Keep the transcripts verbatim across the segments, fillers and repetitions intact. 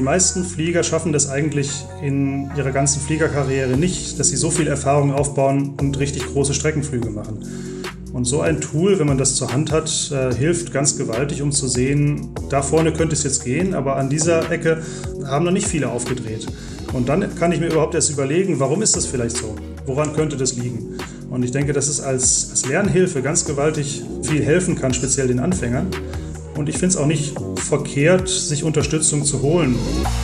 meisten Flieger schaffen das eigentlich in ihrer ganzen Fliegerkarriere nicht, dass sie so viel Erfahrung aufbauen und richtig große Streckenflüge machen. Und so ein Tool, wenn man das zur Hand hat, äh, hilft ganz gewaltig, um zu sehen, da vorne könnte es jetzt gehen, aber an dieser Ecke haben noch nicht viele aufgedreht. Und dann kann ich mir überhaupt erst überlegen, warum ist das vielleicht so? Woran könnte das liegen? Und ich denke, dass es als, als Lernhilfe ganz gewaltig viel helfen kann, speziell den Anfängern. Und ich finde es auch nicht verkehrt, sich Unterstützung zu holen.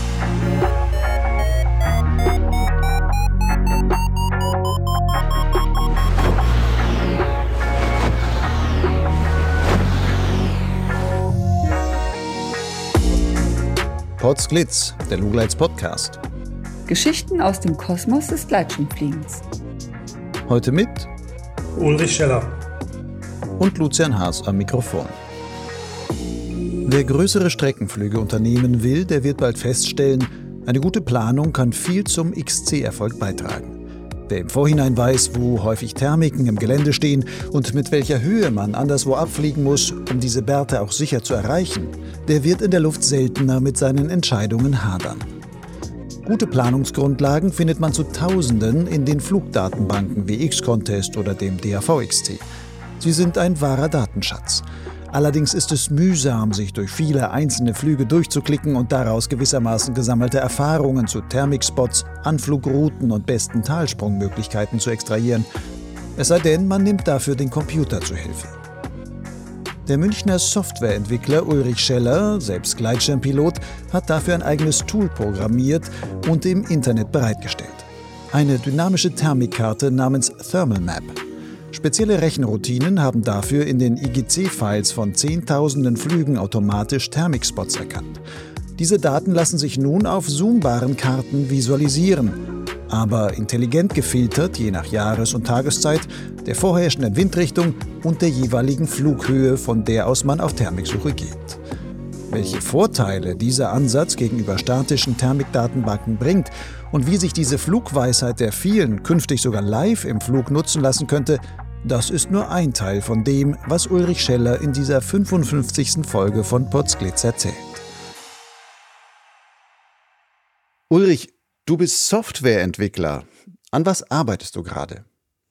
Podsglitz, der Lugleits Podcast. Geschichten aus dem Kosmos des Gleitschirmfliegens. Heute mit Ulrich Scheller und Lucian Haas am Mikrofon. Wer größere Streckenflüge unternehmen will, der wird bald feststellen, eine gute Planung kann viel zum X C-Erfolg beitragen. Wer im Vorhinein weiß, wo häufig Thermiken im Gelände stehen und mit welcher Höhe man anderswo abfliegen muss, um diese Bärte auch sicher zu erreichen, der wird in der Luft seltener mit seinen Entscheidungen hadern. Gute Planungsgrundlagen findet man zu Tausenden in den Flugdatenbanken wie X-Contest oder dem D A V X C. Sie sind ein wahrer Datenschatz. Allerdings ist es mühsam, sich durch viele einzelne Flüge durchzuklicken und daraus gewissermaßen gesammelte Erfahrungen zu Thermikspots, Anflugrouten und besten Talsprungmöglichkeiten zu extrahieren. Es sei denn, man nimmt dafür den Computer zu Hilfe. Der Münchner Softwareentwickler Ulrich Scheller, selbst Gleitschirmpilot, hat dafür ein eigenes Tool programmiert und im Internet bereitgestellt. Eine dynamische Thermikkarte namens Thermal Map. Spezielle Rechenroutinen haben dafür in den I G C-Files von Zehntausenden Flügen automatisch Thermikspots erkannt. Diese Daten lassen sich nun auf zoombaren Karten visualisieren, aber intelligent gefiltert, je nach Jahres- und Tageszeit, der vorherrschenden Windrichtung und der jeweiligen Flughöhe, von der aus man auf Thermiksuche geht. Welche Vorteile dieser Ansatz gegenüber statischen Thermikdatenbanken bringt und wie sich diese Flugweisheit der vielen künftig sogar live im Flug nutzen lassen könnte, das ist nur ein Teil von dem, was Ulrich Scheller in dieser fünfundfünfzigsten Folge von Podsglitz erzählt. Ulrich, du bist Softwareentwickler. An was arbeitest du gerade?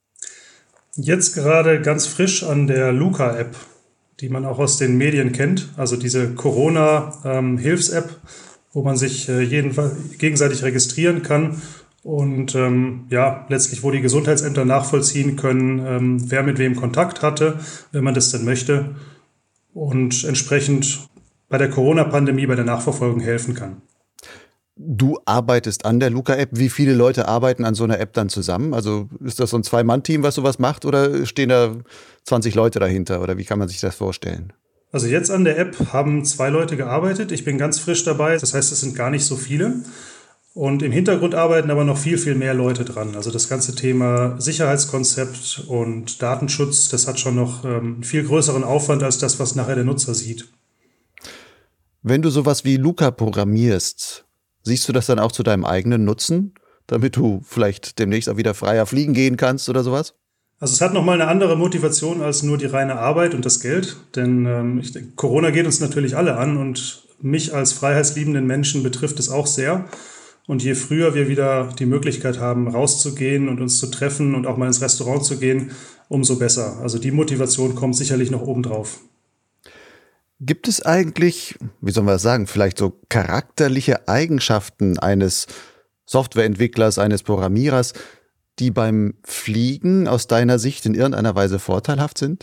Jetzt gerade ganz frisch an der Luca-App, die man auch aus den Medien kennt, also diese Corona-Hilfs-App, wo man sich äh, jeden, gegenseitig registrieren kann und ähm, ja, letztlich, wo die Gesundheitsämter nachvollziehen können, ähm, wer mit wem Kontakt hatte, wenn man das denn möchte, und entsprechend bei der Corona-Pandemie, bei der Nachverfolgung helfen kann. Du arbeitest an der Luca-App. Wie viele Leute arbeiten an so einer App dann zusammen? Also ist das so ein Zwei-Mann-Team, was sowas macht, oder stehen da zwanzig Leute dahinter? Oder wie kann man sich das vorstellen? Also jetzt an der App haben zwei Leute gearbeitet. Ich bin ganz frisch dabei. Das heißt, es sind gar nicht so viele. Und im Hintergrund arbeiten aber noch viel, viel mehr Leute dran. Also das ganze Thema Sicherheitskonzept und Datenschutz, das hat schon noch ähm, einen viel größeren Aufwand als das, was nachher der Nutzer sieht. Wenn du sowas wie Luca programmierst, siehst du das dann auch zu deinem eigenen Nutzen, damit du vielleicht demnächst auch wieder freier fliegen gehen kannst oder sowas? Also es hat nochmal eine andere Motivation als nur die reine Arbeit und das Geld. Denn ähm, ich denke, Corona geht uns natürlich alle an und mich als freiheitsliebenden Menschen betrifft es auch sehr. Und je früher wir wieder die Möglichkeit haben, rauszugehen und uns zu treffen und auch mal ins Restaurant zu gehen, umso besser. Also die Motivation kommt sicherlich noch obendrauf. Gibt es eigentlich, wie soll man das sagen, vielleicht so charakterliche Eigenschaften eines Softwareentwicklers, eines Programmierers, die beim Fliegen aus deiner Sicht in irgendeiner Weise vorteilhaft sind?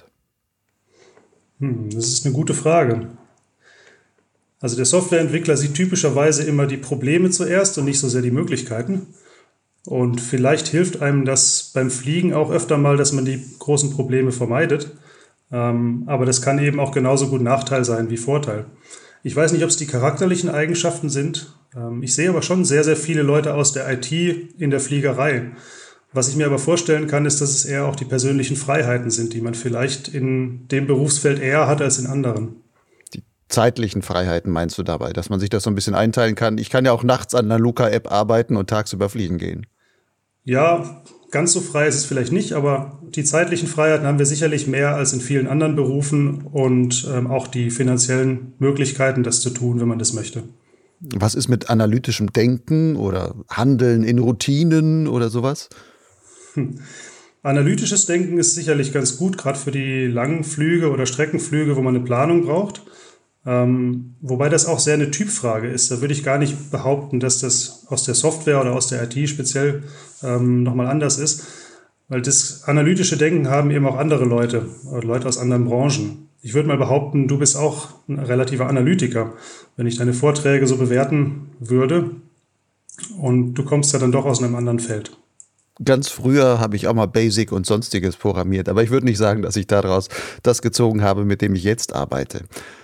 Hm, das ist eine gute Frage. Also der Softwareentwickler sieht typischerweise immer die Probleme zuerst und nicht so sehr die Möglichkeiten. Und vielleicht hilft einem das beim Fliegen auch öfter mal, dass man die großen Probleme vermeidet. Ähm, aber das kann eben auch genauso gut Nachteil sein wie Vorteil. Ich weiß nicht, ob es die charakterlichen Eigenschaften sind. Ähm, ich sehe aber schon sehr, sehr viele Leute aus der I T in der Fliegerei. Was ich mir aber vorstellen kann, ist, dass es eher auch die persönlichen Freiheiten sind, die man vielleicht in dem Berufsfeld eher hat als in anderen. Die zeitlichen Freiheiten meinst du dabei, dass man sich das so ein bisschen einteilen kann? Ich kann ja auch nachts an einer Luca-App arbeiten und tagsüber fliegen gehen. Ja, ganz so frei ist es vielleicht nicht, aber die zeitlichen Freiheiten haben wir sicherlich mehr als in vielen anderen Berufen und ähm, auch die finanziellen Möglichkeiten, das zu tun, wenn man das möchte. Was ist mit analytischem Denken oder Handeln in Routinen oder sowas? Hm. Analytisches Denken ist sicherlich ganz gut, gerade für die langen Flüge oder Streckenflüge, wo man eine Planung braucht. Ähm, wobei das auch sehr eine Typfrage ist. Da würde ich gar nicht behaupten, dass das aus der Software oder aus der I T speziell ähm, nochmal anders ist. Weil das analytische Denken haben eben auch andere Leute, Leute aus anderen Branchen. Ich würde mal behaupten, du bist auch ein relativer Analytiker, wenn ich deine Vorträge so bewerten würde. Und du kommst ja dann doch aus einem anderen Feld. Ganz früher habe ich auch mal Basic und Sonstiges programmiert, aber ich würde nicht sagen, dass ich daraus das gezogen habe, mit dem ich jetzt arbeite.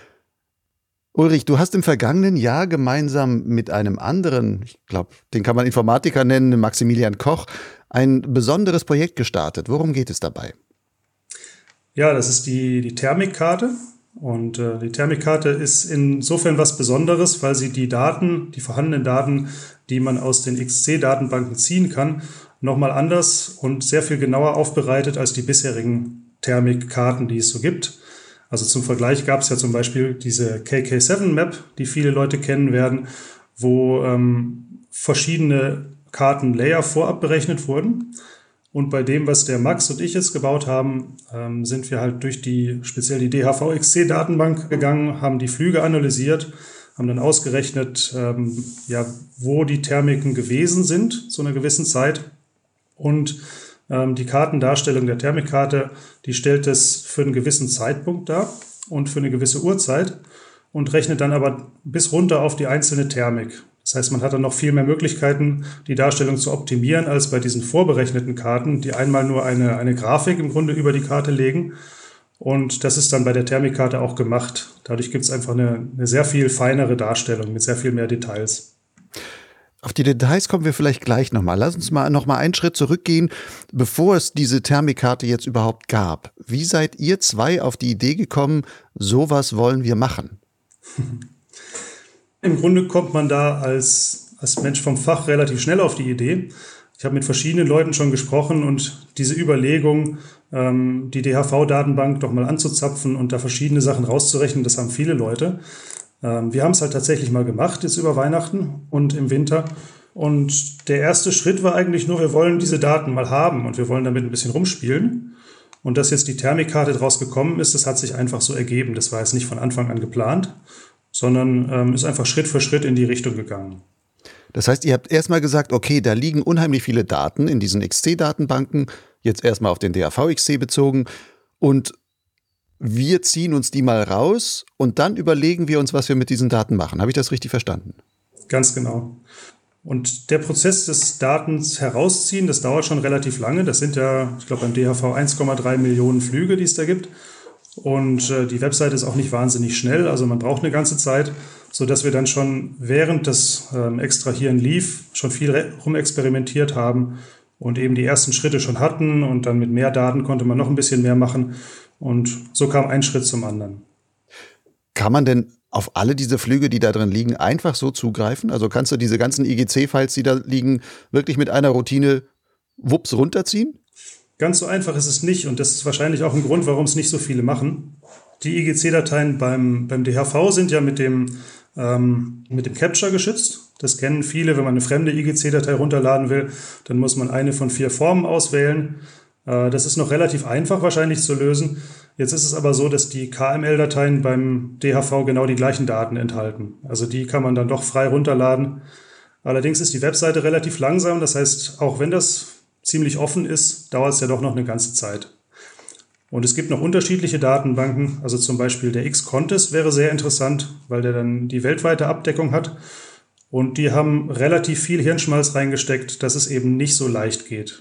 Ulrich, du hast im vergangenen Jahr gemeinsam mit einem anderen, ich glaube, den kann man Informatiker nennen, Maximilian Koch, ein besonderes Projekt gestartet. Worum geht es dabei? Ja, das ist die, die Thermikkarte. Und äh, die Thermikkarte ist insofern was Besonderes, weil sie die Daten, die vorhandenen Daten, die man aus den X C-Datenbanken ziehen kann, nochmal anders und sehr viel genauer aufbereitet als die bisherigen Thermikkarten, die es so gibt. Also zum Vergleich gab es ja zum Beispiel diese K K sieben Map, die viele Leute kennen werden, wo ähm, verschiedene Kartenlayer vorab berechnet wurden. Und bei dem, was der Max und ich jetzt gebaut haben, ähm, sind wir halt durch die, speziell die D H V X C-Datenbank gegangen, haben die Flüge analysiert, haben dann ausgerechnet, ähm, ja, wo die Thermiken gewesen sind zu einer gewissen Zeit. Und ähm, die Kartendarstellung der Thermikkarte, die stellt es für einen gewissen Zeitpunkt dar und für eine gewisse Uhrzeit und rechnet dann aber bis runter auf die einzelne Thermik. Das heißt, man hat dann noch viel mehr Möglichkeiten, die Darstellung zu optimieren, als bei diesen vorberechneten Karten, die einmal nur eine, eine Grafik im Grunde über die Karte legen. Und das ist dann bei der Thermikkarte auch gemacht. Dadurch gibt es einfach eine, eine sehr viel feinere Darstellung mit sehr viel mehr Details. Auf die Details kommen wir vielleicht gleich nochmal. Lass uns mal noch mal einen Schritt zurückgehen, bevor es diese Thermikkarte jetzt überhaupt gab. Wie seid ihr zwei auf die Idee gekommen, sowas wollen wir machen? Im Grunde kommt man da als, als Mensch vom Fach relativ schnell auf die Idee. Ich habe mit verschiedenen Leuten schon gesprochen und diese Überlegung, ähm, die D H V-Datenbank doch mal anzuzapfen und da verschiedene Sachen rauszurechnen, das haben viele Leute. Wir haben es halt tatsächlich mal gemacht, jetzt über Weihnachten und im Winter. Und der erste Schritt war eigentlich nur, wir wollen diese Daten mal haben und wir wollen damit ein bisschen rumspielen. Und dass jetzt die Thermikkarte draus gekommen ist, das hat sich einfach so ergeben. Das war jetzt nicht von Anfang an geplant, sondern ähm, ist einfach Schritt für Schritt in die Richtung gegangen. Das heißt, ihr habt erstmal gesagt, okay, da liegen unheimlich viele Daten in diesen X C-Datenbanken, jetzt erstmal auf den D H V X C bezogen und wir ziehen uns die mal raus und dann überlegen wir uns, was wir mit diesen Daten machen. Habe ich das richtig verstanden? Ganz genau. Und der Prozess des Datens herausziehen, das dauert schon relativ lange. Das sind ja, ich glaube, beim D H V eins Komma drei Millionen Flüge, die es da gibt. Und äh, die Webseite ist auch nicht wahnsinnig schnell. Also man braucht eine ganze Zeit, sodass wir dann schon während das ähm, Extrahieren lief, schon viel rumexperimentiert haben und eben die ersten Schritte schon hatten. Und dann mit mehr Daten konnte man noch ein bisschen mehr machen. Und so kam ein Schritt zum anderen. Kann man denn auf alle diese Flüge, die da drin liegen, einfach so zugreifen? Also kannst du diese ganzen I G C-Files, die da liegen, wirklich mit einer Routine wups runterziehen? Ganz so einfach ist es nicht und das ist wahrscheinlich auch ein Grund, warum es nicht so viele machen. Die I G C-Dateien beim, beim D H V sind ja mit dem, ähm, mit dem Capture geschützt. Das kennen viele, wenn man eine fremde I G C-Datei runterladen will, dann muss man eine von vier Formen auswählen. Das ist noch relativ einfach wahrscheinlich zu lösen. Jetzt ist es aber so, dass die K M L-Dateien beim D H V genau die gleichen Daten enthalten. Also die kann man dann doch frei runterladen. Allerdings ist die Webseite relativ langsam. Das heißt, auch wenn das ziemlich offen ist, dauert es ja doch noch eine ganze Zeit. Und es gibt noch unterschiedliche Datenbanken. Also zum Beispiel der X-Contest wäre sehr interessant, weil der dann die weltweite Abdeckung hat. Und die haben relativ viel Hirnschmalz reingesteckt, dass es eben nicht so leicht geht.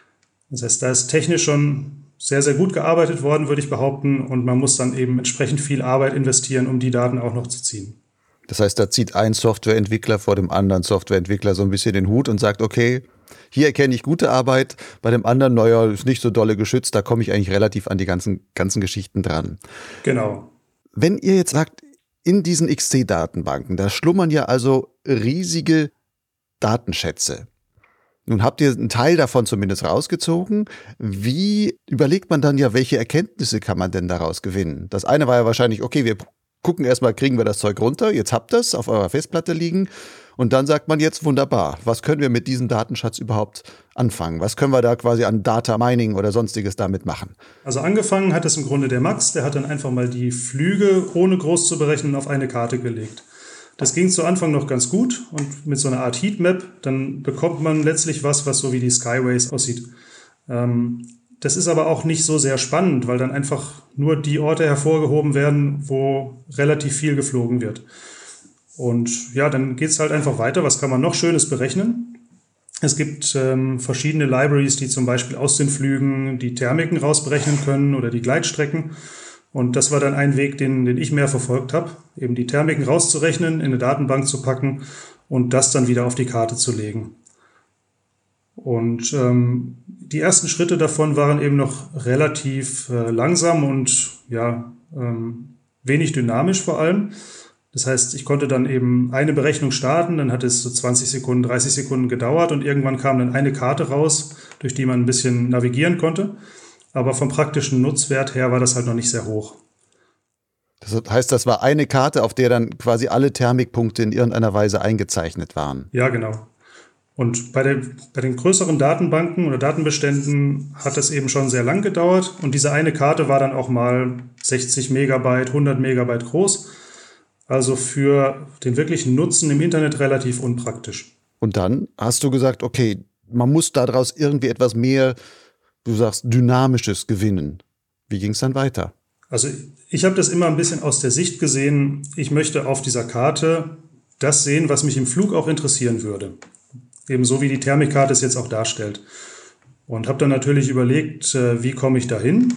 Das heißt, da ist technisch schon sehr, sehr gut gearbeitet worden, würde ich behaupten. Und man muss dann eben entsprechend viel Arbeit investieren, um die Daten auch noch zu ziehen. Das heißt, da zieht ein Softwareentwickler vor dem anderen Softwareentwickler so ein bisschen den Hut und sagt, okay, hier erkenne ich gute Arbeit, bei dem anderen, naja, ist nicht so dolle geschützt, da komme ich eigentlich relativ an die ganzen, ganzen Geschichten dran. Genau. Wenn ihr jetzt sagt, in diesen X C-Datenbanken, da schlummern ja also riesige Datenschätze. Nun habt ihr einen Teil davon zumindest rausgezogen. Wie überlegt man dann ja, welche Erkenntnisse kann man denn daraus gewinnen? Das eine war ja wahrscheinlich, okay, wir gucken erstmal, kriegen wir das Zeug runter, jetzt habt ihr es auf eurer Festplatte liegen und dann sagt man jetzt, wunderbar, was können wir mit diesem Datenschatz überhaupt anfangen? Was können wir da quasi an Data Mining oder sonstiges damit machen? Also angefangen hat es im Grunde der Max, der hat dann einfach mal die Flüge, ohne groß zu berechnen, auf eine Karte gelegt. Das ging zu Anfang noch ganz gut und mit so einer Art Heatmap, dann bekommt man letztlich was, was so wie die Skyways aussieht. Ähm, Das ist aber auch nicht so sehr spannend, weil dann einfach nur die Orte hervorgehoben werden, wo relativ viel geflogen wird. Und ja, dann geht es halt einfach weiter. Was kann man noch Schönes berechnen? Es gibt ähm, verschiedene Libraries, die zum Beispiel aus den Flügen die Thermiken rausberechnen können oder die Gleitstrecken. Und das war dann ein Weg, den, den ich mehr verfolgt habe, eben die Thermiken rauszurechnen, in eine Datenbank zu packen und das dann wieder auf die Karte zu legen. Und ähm, die ersten Schritte davon waren eben noch relativ äh, langsam und ja, ähm, wenig dynamisch vor allem. Das heißt, ich konnte dann eben eine Berechnung starten, dann hat es so zwanzig Sekunden, dreißig Sekunden gedauert und irgendwann kam dann eine Karte raus, durch die man ein bisschen navigieren konnte. Aber vom praktischen Nutzwert her war das halt noch nicht sehr hoch. Das heißt, das war eine Karte, auf der dann quasi alle Thermikpunkte in irgendeiner Weise eingezeichnet waren. Ja, genau. Und bei, der, bei den größeren Datenbanken oder Datenbeständen hat das eben schon sehr lang gedauert. Und diese eine Karte war dann auch mal sechzig Megabyte, hundert Megabyte groß. Also für den wirklichen Nutzen im Internet relativ unpraktisch. Und dann hast du gesagt, okay, man muss daraus irgendwie etwas mehr, du sagst, Dynamisches gewinnen. Wie ging es dann weiter? Also ich habe das immer ein bisschen aus der Sicht gesehen, ich möchte auf dieser Karte das sehen, was mich im Flug auch interessieren würde. Ebenso wie die Thermikkarte es jetzt auch darstellt. Und habe dann natürlich überlegt, wie komme ich da hin?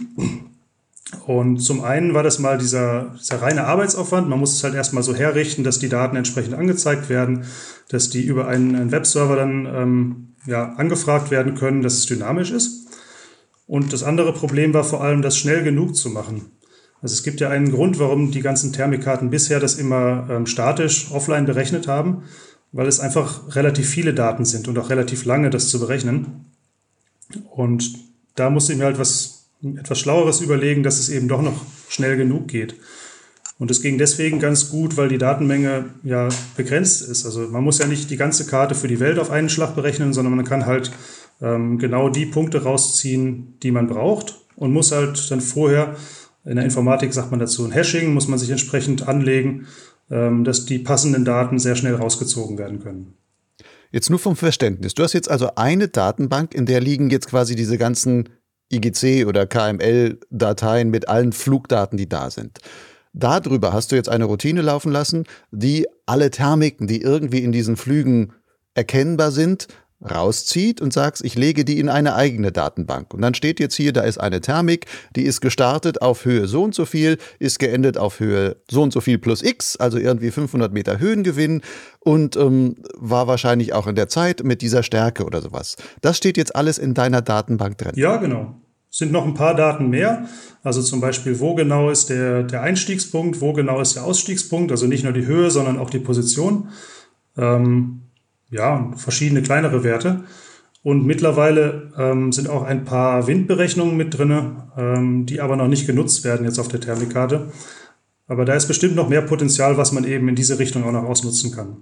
Und zum einen war das mal dieser, dieser reine Arbeitsaufwand. Man muss es halt erstmal so herrichten, dass die Daten entsprechend angezeigt werden, dass die über einen, einen Webserver dann ähm, ja, angefragt werden können, dass es dynamisch ist. Und das andere Problem war vor allem, das schnell genug zu machen. Also es gibt ja einen Grund, warum die ganzen Thermikkarten bisher das immer ähm, statisch offline berechnet haben, weil es einfach relativ viele Daten sind und auch relativ lange, das zu berechnen. Und da musste ich mir halt was, etwas Schlaueres überlegen, dass es eben doch noch schnell genug geht. Und es ging deswegen ganz gut, weil die Datenmenge ja begrenzt ist. Also man muss ja nicht die ganze Karte für die Welt auf einen Schlag berechnen, sondern man kann halt ähm, genau die Punkte rausziehen, die man braucht und muss halt dann vorher, in der Informatik sagt man dazu ein Hashing, muss man sich entsprechend anlegen, dass die passenden Daten sehr schnell rausgezogen werden können. Jetzt nur vom Verständnis. Du hast jetzt also eine Datenbank, in der liegen jetzt quasi diese ganzen I G C- oder K M L-Dateien mit allen Flugdaten, die da sind. Darüber hast du jetzt eine Routine laufen lassen, die alle Thermiken, die irgendwie in diesen Flügen erkennbar sind, rauszieht und sagst, ich lege die in eine eigene Datenbank. Und dann steht jetzt hier, da ist eine Thermik, die ist gestartet auf Höhe so und so viel, ist geendet auf Höhe so und so viel plus X, also irgendwie fünfhundert Meter Höhengewinn und ähm, war wahrscheinlich auch in der Zeit mit dieser Stärke oder sowas. Das steht jetzt alles in deiner Datenbank drin. Ja, genau. Es sind noch ein paar Daten mehr. Also zum Beispiel, wo genau ist der, der Einstiegspunkt, wo genau ist der Ausstiegspunkt, also nicht nur die Höhe, sondern auch die Position. Ähm, Ja, verschiedene kleinere Werte. Und mittlerweile ähm, sind auch ein paar Windberechnungen mit drin, ähm, die aber noch nicht genutzt werden jetzt auf der Thermikkarte. Aber da ist bestimmt noch mehr Potenzial, was man eben in diese Richtung auch noch ausnutzen kann.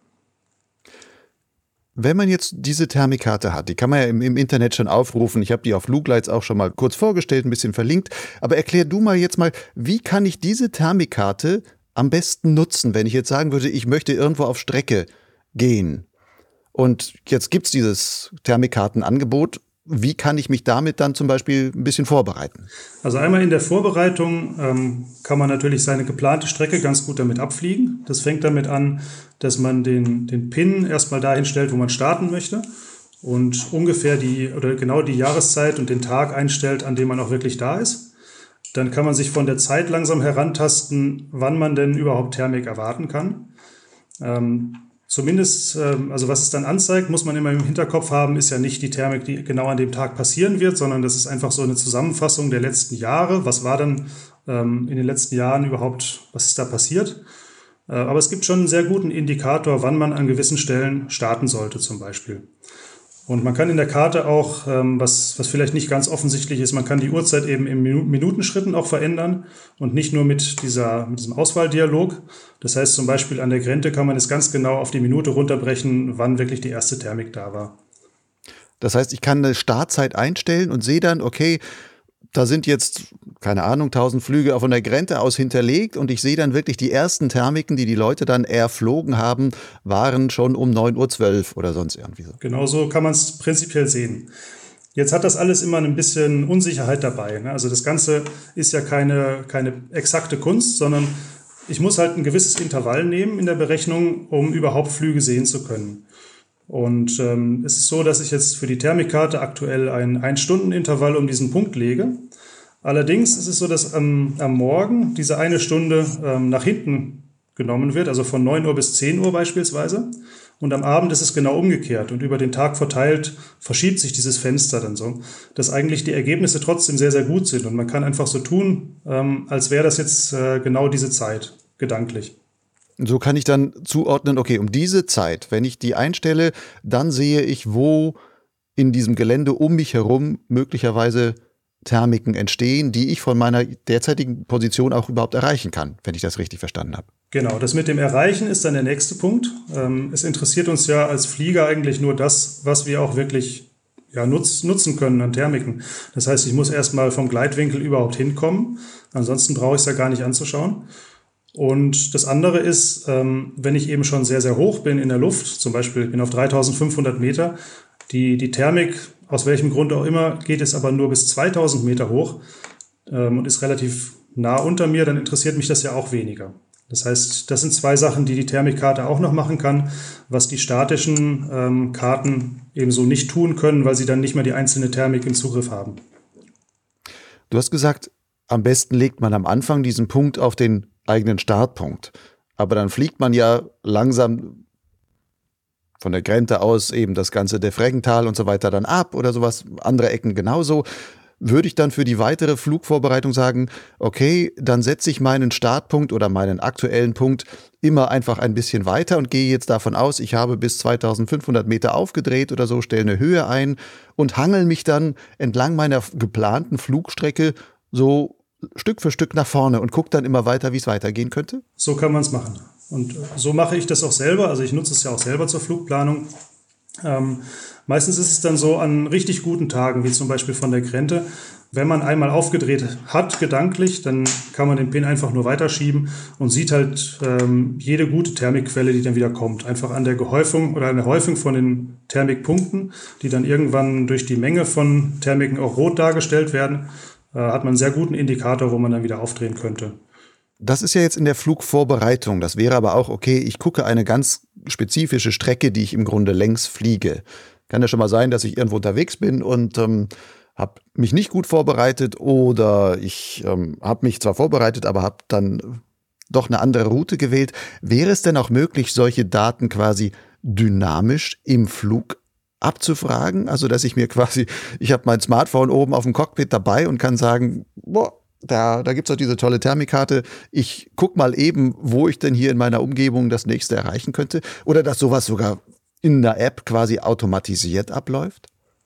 Wenn man jetzt diese Thermikkarte hat, die kann man ja im, im Internet schon aufrufen. Ich habe die auf Lugleitz auch schon mal kurz vorgestellt, ein bisschen verlinkt. Aber erklär du mal jetzt mal, wie kann ich diese Thermikkarte am besten nutzen, wenn ich jetzt sagen würde, ich möchte irgendwo auf Strecke gehen? Und jetzt gibt es dieses Thermikkartenangebot. Wie kann ich mich damit dann zum Beispiel ein bisschen vorbereiten? Also einmal in der Vorbereitung ähm, kann man natürlich seine geplante Strecke ganz gut damit abfliegen. Das fängt damit an, dass man den, den Pin erstmal dahin stellt, wo man starten möchte und ungefähr die oder genau die Jahreszeit und den Tag einstellt, an dem man auch wirklich da ist. Dann kann man sich von der Zeit langsam herantasten, wann man denn überhaupt Thermik erwarten kann. Ähm, Zumindest, also was es dann anzeigt, muss man immer im Hinterkopf haben, ist ja nicht die Thermik, die genau an dem Tag passieren wird, sondern das ist einfach so eine Zusammenfassung der letzten Jahre. Was war dann in den letzten Jahren überhaupt, was ist da passiert? Aber es gibt schon einen sehr guten Indikator, wann man an gewissen Stellen starten sollte zum Beispiel. Und man kann in der Karte auch, ähm, was, was vielleicht nicht ganz offensichtlich ist, man kann die Uhrzeit eben in Minu- Minutenschritten auch verändern und nicht nur mit, dieser, mit diesem Auswahldialog. Das heißt zum Beispiel an der Grente kann man es ganz genau auf die Minute runterbrechen, wann wirklich die erste Thermik da war. Das heißt, ich kann eine Startzeit einstellen und sehe dann, okay, da sind jetzt, keine Ahnung, tausend Flüge von der Grente aus hinterlegt und ich sehe dann wirklich die ersten Thermiken, die die Leute dann erflogen haben, waren schon um neun Uhr zwölf oder sonst irgendwie so. Genau so kann man es prinzipiell sehen. Jetzt hat das alles immer ein bisschen Unsicherheit dabei, ne? Also das Ganze ist ja keine, keine exakte Kunst, sondern ich muss halt ein gewisses Intervall nehmen in der Berechnung, um überhaupt Flüge sehen zu können. Und ähm, es ist so, dass ich jetzt für die Thermikkarte aktuell ein Ein-Stunden-Intervall um diesen Punkt lege. Allerdings ist es so, dass am, am Morgen diese eine Stunde ähm, nach hinten genommen wird, also von neun Uhr bis zehn Uhr beispielsweise. Und am Abend ist es genau umgekehrt. Und über den Tag verteilt verschiebt sich dieses Fenster dann so, dass eigentlich die Ergebnisse trotzdem sehr, sehr gut sind. Und man kann einfach so tun, ähm, als wäre das jetzt äh, genau diese Zeit, gedanklich. So kann ich dann zuordnen, okay, um diese Zeit, wenn ich die einstelle, dann sehe ich, wo in diesem Gelände um mich herum möglicherweise Thermiken entstehen, die ich von meiner derzeitigen Position auch überhaupt erreichen kann, wenn ich das richtig verstanden habe. Genau, das mit dem Erreichen ist dann der nächste Punkt. Ähm, es interessiert uns ja als Flieger eigentlich nur das, was wir auch wirklich ja, nutz, nutzen können an Thermiken. Das heißt, ich muss erstmal vom Gleitwinkel überhaupt hinkommen, ansonsten brauche ich es ja gar nicht anzuschauen. Und das andere ist, ähm, wenn ich eben schon sehr, sehr hoch bin in der Luft, zum Beispiel ich bin auf dreitausendfünfhundert Meter, die, die Thermik, aus welchem Grund auch immer, geht es aber nur bis zweitausend Meter hoch ähm, und ist relativ nah unter mir, dann interessiert mich das ja auch weniger. Das heißt, das sind zwei Sachen, die die Thermikkarte auch noch machen kann, was die statischen ähm, Karten ebenso nicht tun können, weil sie dann nicht mehr die einzelne Thermik im Zugriff haben. Du hast gesagt, am besten legt man am Anfang diesen Punkt auf den eigenen Startpunkt. Aber dann fliegt man ja langsam von der Grente aus eben das ganze der Freggental und so weiter dann ab oder sowas, andere Ecken genauso. Würde ich dann für die weitere Flugvorbereitung sagen, okay, dann setze ich meinen Startpunkt oder meinen aktuellen Punkt immer einfach ein bisschen weiter und gehe jetzt davon aus, ich habe bis zweitausendfünfhundert Meter aufgedreht oder so, stelle eine Höhe ein und hangel mich dann entlang meiner geplanten Flugstrecke so Stück für Stück nach vorne und gucke dann immer weiter, wie es weitergehen könnte? So kann man es machen. Und so mache ich das auch selber. Also ich nutze es ja auch selber zur Flugplanung. Ähm, meistens ist es dann so an richtig guten Tagen, wie zum Beispiel von der Grente. Wenn man einmal aufgedreht hat, gedanklich, dann kann man den Pin einfach nur weiterschieben und sieht halt ähm, jede gute Thermikquelle, die dann wieder kommt. Einfach an der Gehäufung oder an der Häufung von den Thermikpunkten, die dann irgendwann durch die Menge von Thermiken auch rot dargestellt werden, hat man einen sehr guten Indikator, wo man dann wieder aufdrehen könnte. Das ist ja jetzt in der Flugvorbereitung. Das wäre aber auch, okay, ich gucke eine ganz spezifische Strecke, die ich im Grunde längs fliege. Kann ja schon mal sein, dass ich irgendwo unterwegs bin und ähm, habe mich nicht gut vorbereitet oder ich ähm, habe mich zwar vorbereitet, aber habe dann doch eine andere Route gewählt. Wäre es denn auch möglich, solche Daten quasi dynamisch im Flug abzufragen, also dass ich mir quasi, ich habe mein Smartphone oben auf dem Cockpit dabei und kann sagen, boah, da, da gibt es doch diese tolle Thermikkarte, ich guck mal eben, wo ich denn hier in meiner Umgebung das nächste erreichen könnte, oder dass sowas sogar in der App quasi automatisiert abläuft?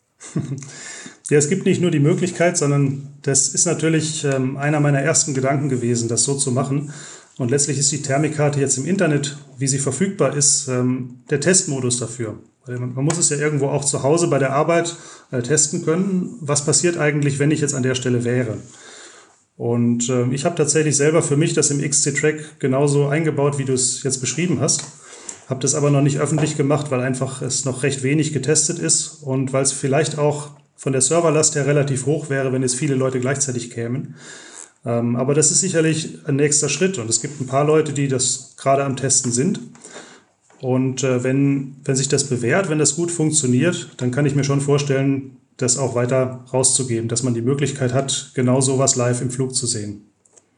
Ja, es gibt nicht nur die Möglichkeit, sondern das ist natürlich ähm, einer meiner ersten Gedanken gewesen, das so zu machen. Und letztlich ist die Thermikkarte jetzt im Internet, wie sie verfügbar ist, ähm, der Testmodus dafür. Man muss es ja irgendwo auch zu Hause bei der Arbeit äh, testen können, was passiert eigentlich, wenn ich jetzt an der Stelle wäre. Und äh, ich habe tatsächlich selber für mich das im X C-Track genauso eingebaut, wie du es jetzt beschrieben hast. Habe das aber noch nicht öffentlich gemacht, weil einfach es noch recht wenig getestet ist und weil es vielleicht auch von der Serverlast her relativ hoch wäre, wenn es viele Leute gleichzeitig kämen. Ähm, aber das ist sicherlich ein nächster Schritt und es gibt ein paar Leute, die das gerade am Testen sind. Und äh, wenn, wenn sich das bewährt, wenn das gut funktioniert, dann kann ich mir schon vorstellen, das auch weiter rauszugeben, dass man die Möglichkeit hat, genau sowas live im Flug zu sehen.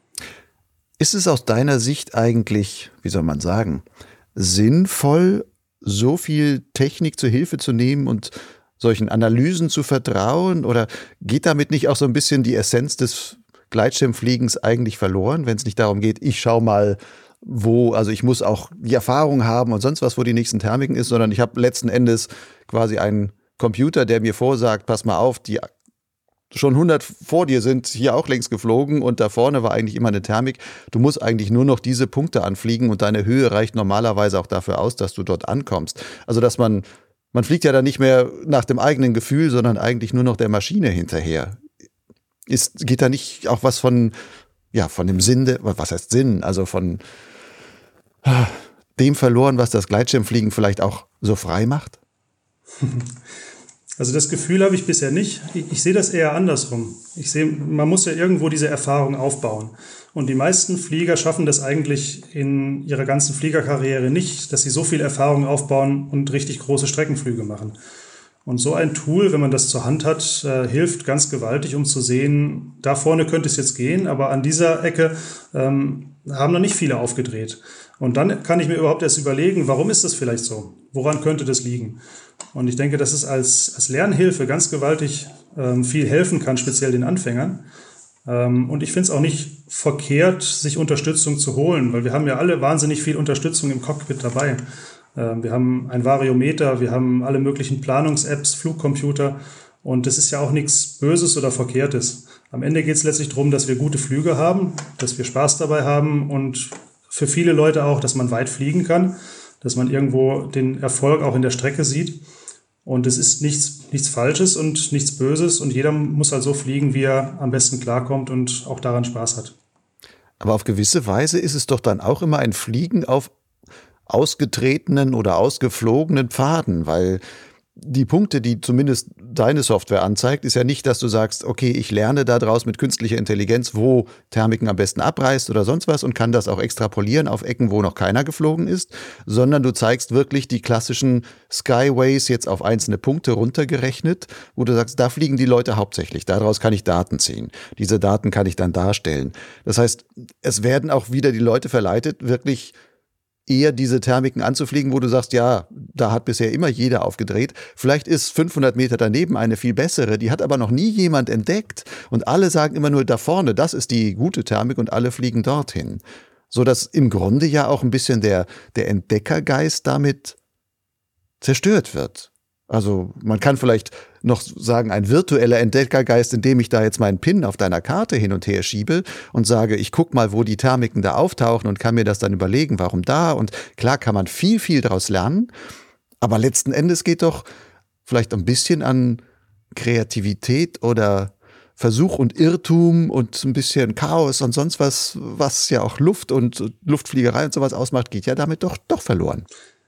Ist es aus deiner Sicht eigentlich, wie soll man sagen, sinnvoll, so viel Technik zur Hilfe zu nehmen und solchen Analysen zu vertrauen? Oder geht damit nicht auch so ein bisschen die Essenz des Gleitschirmfliegens eigentlich verloren, wenn es nicht darum geht, ich schau mal, wo, also ich muss auch die Erfahrung haben und sonst was, wo die nächsten Thermiken ist, sondern ich habe letzten Endes quasi ein Computer, der mir vorsagt, pass mal auf, die schon hundert vor dir sind hier auch längst geflogen und da vorne war eigentlich immer eine Thermik. Du musst eigentlich nur noch diese Punkte anfliegen und deine Höhe reicht normalerweise auch dafür aus, dass du dort ankommst. Also dass man, man fliegt ja dann nicht mehr nach dem eigenen Gefühl, sondern eigentlich nur noch der Maschine hinterher. Ist, geht da nicht auch was von, ja, von dem Sinn, was heißt Sinn, also von dem verloren, was das Gleitschirmfliegen vielleicht auch so frei macht? Also das Gefühl habe ich bisher nicht. Ich, ich sehe das eher andersrum. Ich sehe, man muss ja irgendwo diese Erfahrung aufbauen. Und die meisten Flieger schaffen das eigentlich in ihrer ganzen Fliegerkarriere nicht, dass sie so viel Erfahrung aufbauen und richtig große Streckenflüge machen. Und so ein Tool, wenn man das zur Hand hat, äh, hilft ganz gewaltig, um zu sehen, da vorne könnte es jetzt gehen, aber an dieser Ecke ähm, haben noch nicht viele aufgedreht. Und dann kann ich mir überhaupt erst überlegen, warum ist das vielleicht so? Woran könnte das liegen? Und ich denke, dass es als, als Lernhilfe ganz gewaltig ähm, viel helfen kann, speziell den Anfängern. Ähm, und ich finde es auch nicht verkehrt, sich Unterstützung zu holen, weil wir haben ja alle wahnsinnig viel Unterstützung im Cockpit dabei. Ähm, wir haben ein Variometer, wir haben alle möglichen Planungs-Apps, Flugcomputer und das ist ja auch nichts Böses oder Verkehrtes. Am Ende geht es letztlich darum, dass wir gute Flüge haben, dass wir Spaß dabei haben und für viele Leute auch, dass man weit fliegen kann, dass man irgendwo den Erfolg auch in der Strecke sieht. Und es ist nichts, nichts Falsches und nichts Böses und jeder muss halt so fliegen, wie er am besten klarkommt und auch daran Spaß hat. Aber auf gewisse Weise ist es doch dann auch immer ein Fliegen auf ausgetretenen oder ausgeflogenen Pfaden, weil die Punkte, die zumindest deine Software anzeigt, ist ja nicht, dass du sagst, okay, ich lerne daraus mit künstlicher Intelligenz, wo Thermiken am besten abreißt oder sonst was und kann das auch extrapolieren auf Ecken, wo noch keiner geflogen ist, sondern du zeigst wirklich die klassischen Skyways jetzt auf einzelne Punkte runtergerechnet, wo du sagst, da fliegen die Leute hauptsächlich, daraus kann ich Daten ziehen. Diese Daten kann ich dann darstellen. Das heißt, es werden auch wieder die Leute verleitet, wirklich eher diese Thermiken anzufliegen, wo du sagst, ja, da hat bisher immer jeder aufgedreht. Vielleicht ist fünfhundert Meter daneben eine viel bessere, die hat aber noch nie jemand entdeckt. Und alle sagen immer nur da vorne, das ist die gute Thermik und alle fliegen dorthin. Sodass im Grunde ja auch ein bisschen der, der Entdeckergeist damit zerstört wird. Also man kann vielleicht noch sagen, ein virtueller Entdeckergeist, indem ich da jetzt meinen Pin auf deiner Karte hin und her schiebe und sage, ich guck mal, wo die Thermiken da auftauchen und kann mir das dann überlegen, warum da. Und klar kann man viel, viel daraus lernen, aber letzten Endes geht doch vielleicht ein bisschen an Kreativität oder Versuch und Irrtum und ein bisschen Chaos und sonst was, was ja auch Luft und Luftfliegerei und sowas ausmacht, geht ja damit doch, doch verloren.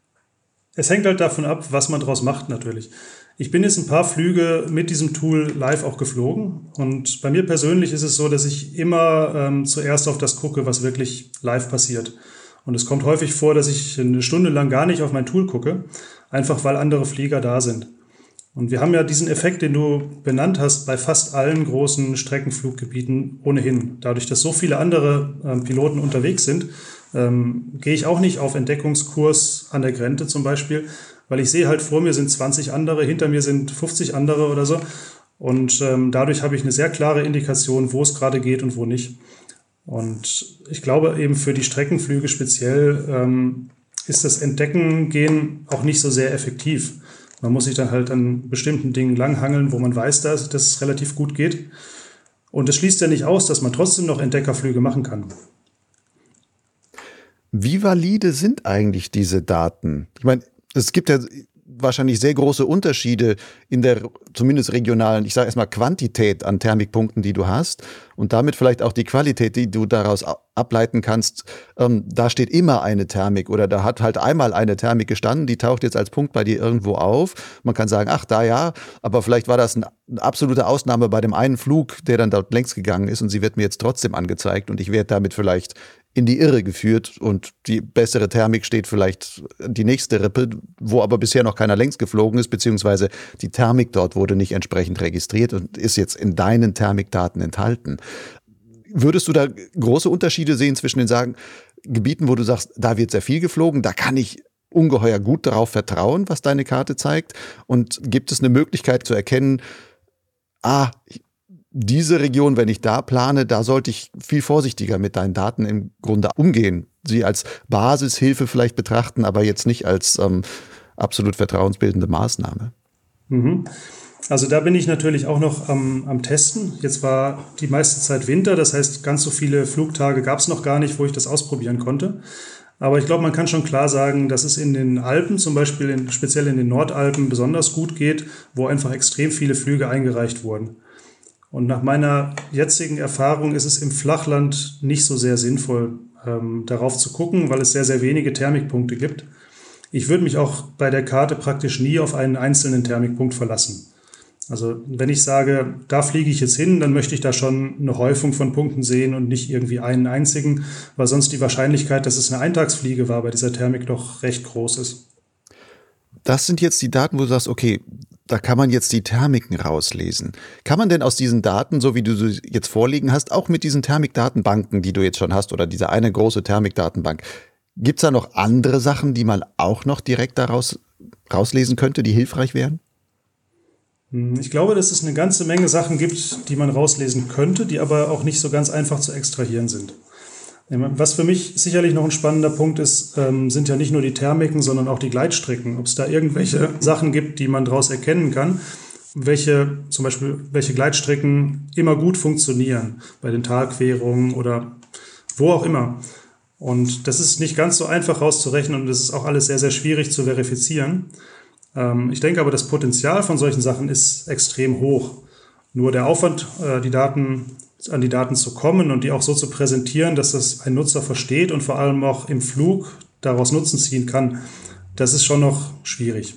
Es hängt halt davon ab, was man draus macht natürlich. Ich bin jetzt ein paar Flüge mit diesem Tool live auch geflogen und bei mir persönlich ist es so, dass ich immer ähm, zuerst auf das gucke, was wirklich live passiert. Und es kommt häufig vor, dass ich eine Stunde lang gar nicht auf mein Tool gucke, einfach weil andere Flieger da sind. Und wir haben ja diesen Effekt, den du benannt hast, bei fast allen großen Streckenfluggebieten ohnehin. Dadurch, dass so viele andere ähm, Piloten unterwegs sind, ähm, gehe ich auch nicht auf Entdeckungskurs an der Grenze zum Beispiel, weil ich sehe halt, vor mir sind zwanzig andere, hinter mir sind fünfzig andere oder so. Und ähm, dadurch habe ich eine sehr klare Indikation, wo es gerade geht und wo nicht. Und ich glaube eben für die Streckenflüge speziell ähm, ist das Entdecken-Gehen auch nicht so sehr effektiv. Man muss sich dann halt an bestimmten Dingen langhangeln, wo man weiß, dass, dass es relativ gut geht. Und es schließt ja nicht aus, dass man trotzdem noch Entdeckerflüge machen kann. Wie valide sind eigentlich diese Daten? Ich meine, es gibt ja wahrscheinlich sehr große Unterschiede in der zumindest regionalen, ich sage erstmal Quantität an Thermikpunkten, die du hast und damit vielleicht auch die Qualität, die du daraus ableiten kannst. Ähm, da steht immer eine Thermik oder da hat halt einmal eine Thermik gestanden, die taucht jetzt als Punkt bei dir irgendwo auf. Man kann sagen, ach da ja, aber vielleicht war das ein, eine absolute Ausnahme bei dem einen Flug, der dann dort längs gegangen ist und sie wird mir jetzt trotzdem angezeigt und ich werde damit vielleicht in die Irre geführt und die bessere Thermik steht vielleicht die nächste Rippe, wo aber bisher noch keiner längs geflogen ist, beziehungsweise die Thermik dort wurde nicht entsprechend registriert und ist jetzt in deinen Thermikdaten enthalten. Würdest du da große Unterschiede sehen zwischen den sagen, Gebieten, wo du sagst, da wird sehr viel geflogen, da kann ich ungeheuer gut darauf vertrauen, was deine Karte zeigt? Und gibt es eine Möglichkeit zu erkennen, ah, diese Region, wenn ich da plane, da sollte ich viel vorsichtiger mit deinen Daten im Grunde umgehen. Sie als Basishilfe vielleicht betrachten, aber jetzt nicht als ähm, absolut vertrauensbildende Maßnahme. Mhm. Also da bin ich natürlich auch noch am, am Testen. Jetzt war die meiste Zeit Winter, das heißt, ganz so viele Flugtage gab es noch gar nicht, wo ich das ausprobieren konnte. Aber ich glaube, man kann schon klar sagen, dass es in den Alpen, zum Beispiel in, speziell in den Nordalpen, besonders gut geht, wo einfach extrem viele Flüge eingereicht wurden. Und nach meiner jetzigen Erfahrung ist es im Flachland nicht so sehr sinnvoll, ähm, darauf zu gucken, weil es sehr, sehr wenige Thermikpunkte gibt. Ich würde mich auch bei der Karte praktisch nie auf einen einzelnen Thermikpunkt verlassen. Also wenn ich sage, da fliege ich jetzt hin, dann möchte ich da schon eine Häufung von Punkten sehen und nicht irgendwie einen einzigen, weil sonst die Wahrscheinlichkeit, dass es eine Eintagsfliege war, bei dieser Thermik doch recht groß ist. Das sind jetzt die Daten, wo du sagst, okay, da kann man jetzt die Thermiken rauslesen. Kann man denn aus diesen Daten, so wie du sie jetzt vorliegen hast, auch mit diesen Thermikdatenbanken, die du jetzt schon hast, oder diese eine große Thermikdatenbank, gibt es da noch andere Sachen, die man auch noch direkt daraus rauslesen könnte, die hilfreich wären? Ich glaube, dass es eine ganze Menge Sachen gibt, die man rauslesen könnte, die aber auch nicht so ganz einfach zu extrahieren sind. Was für mich sicherlich noch ein spannender Punkt ist, sind ja nicht nur die Thermiken, sondern auch die Gleitstrecken. Ob es da irgendwelche Sachen gibt, die man daraus erkennen kann, welche zum Beispiel welche Gleitstrecken immer gut funktionieren, bei den Talquerungen oder wo auch immer. Und das ist nicht ganz so einfach rauszurechnen und das ist auch alles sehr, sehr schwierig zu verifizieren. Ich denke aber, das Potenzial von solchen Sachen ist extrem hoch. Nur der Aufwand, die Daten, an die Daten zu kommen und die auch so zu präsentieren, dass das ein Nutzer versteht und vor allem auch im Flug daraus Nutzen ziehen kann, das ist schon noch schwierig.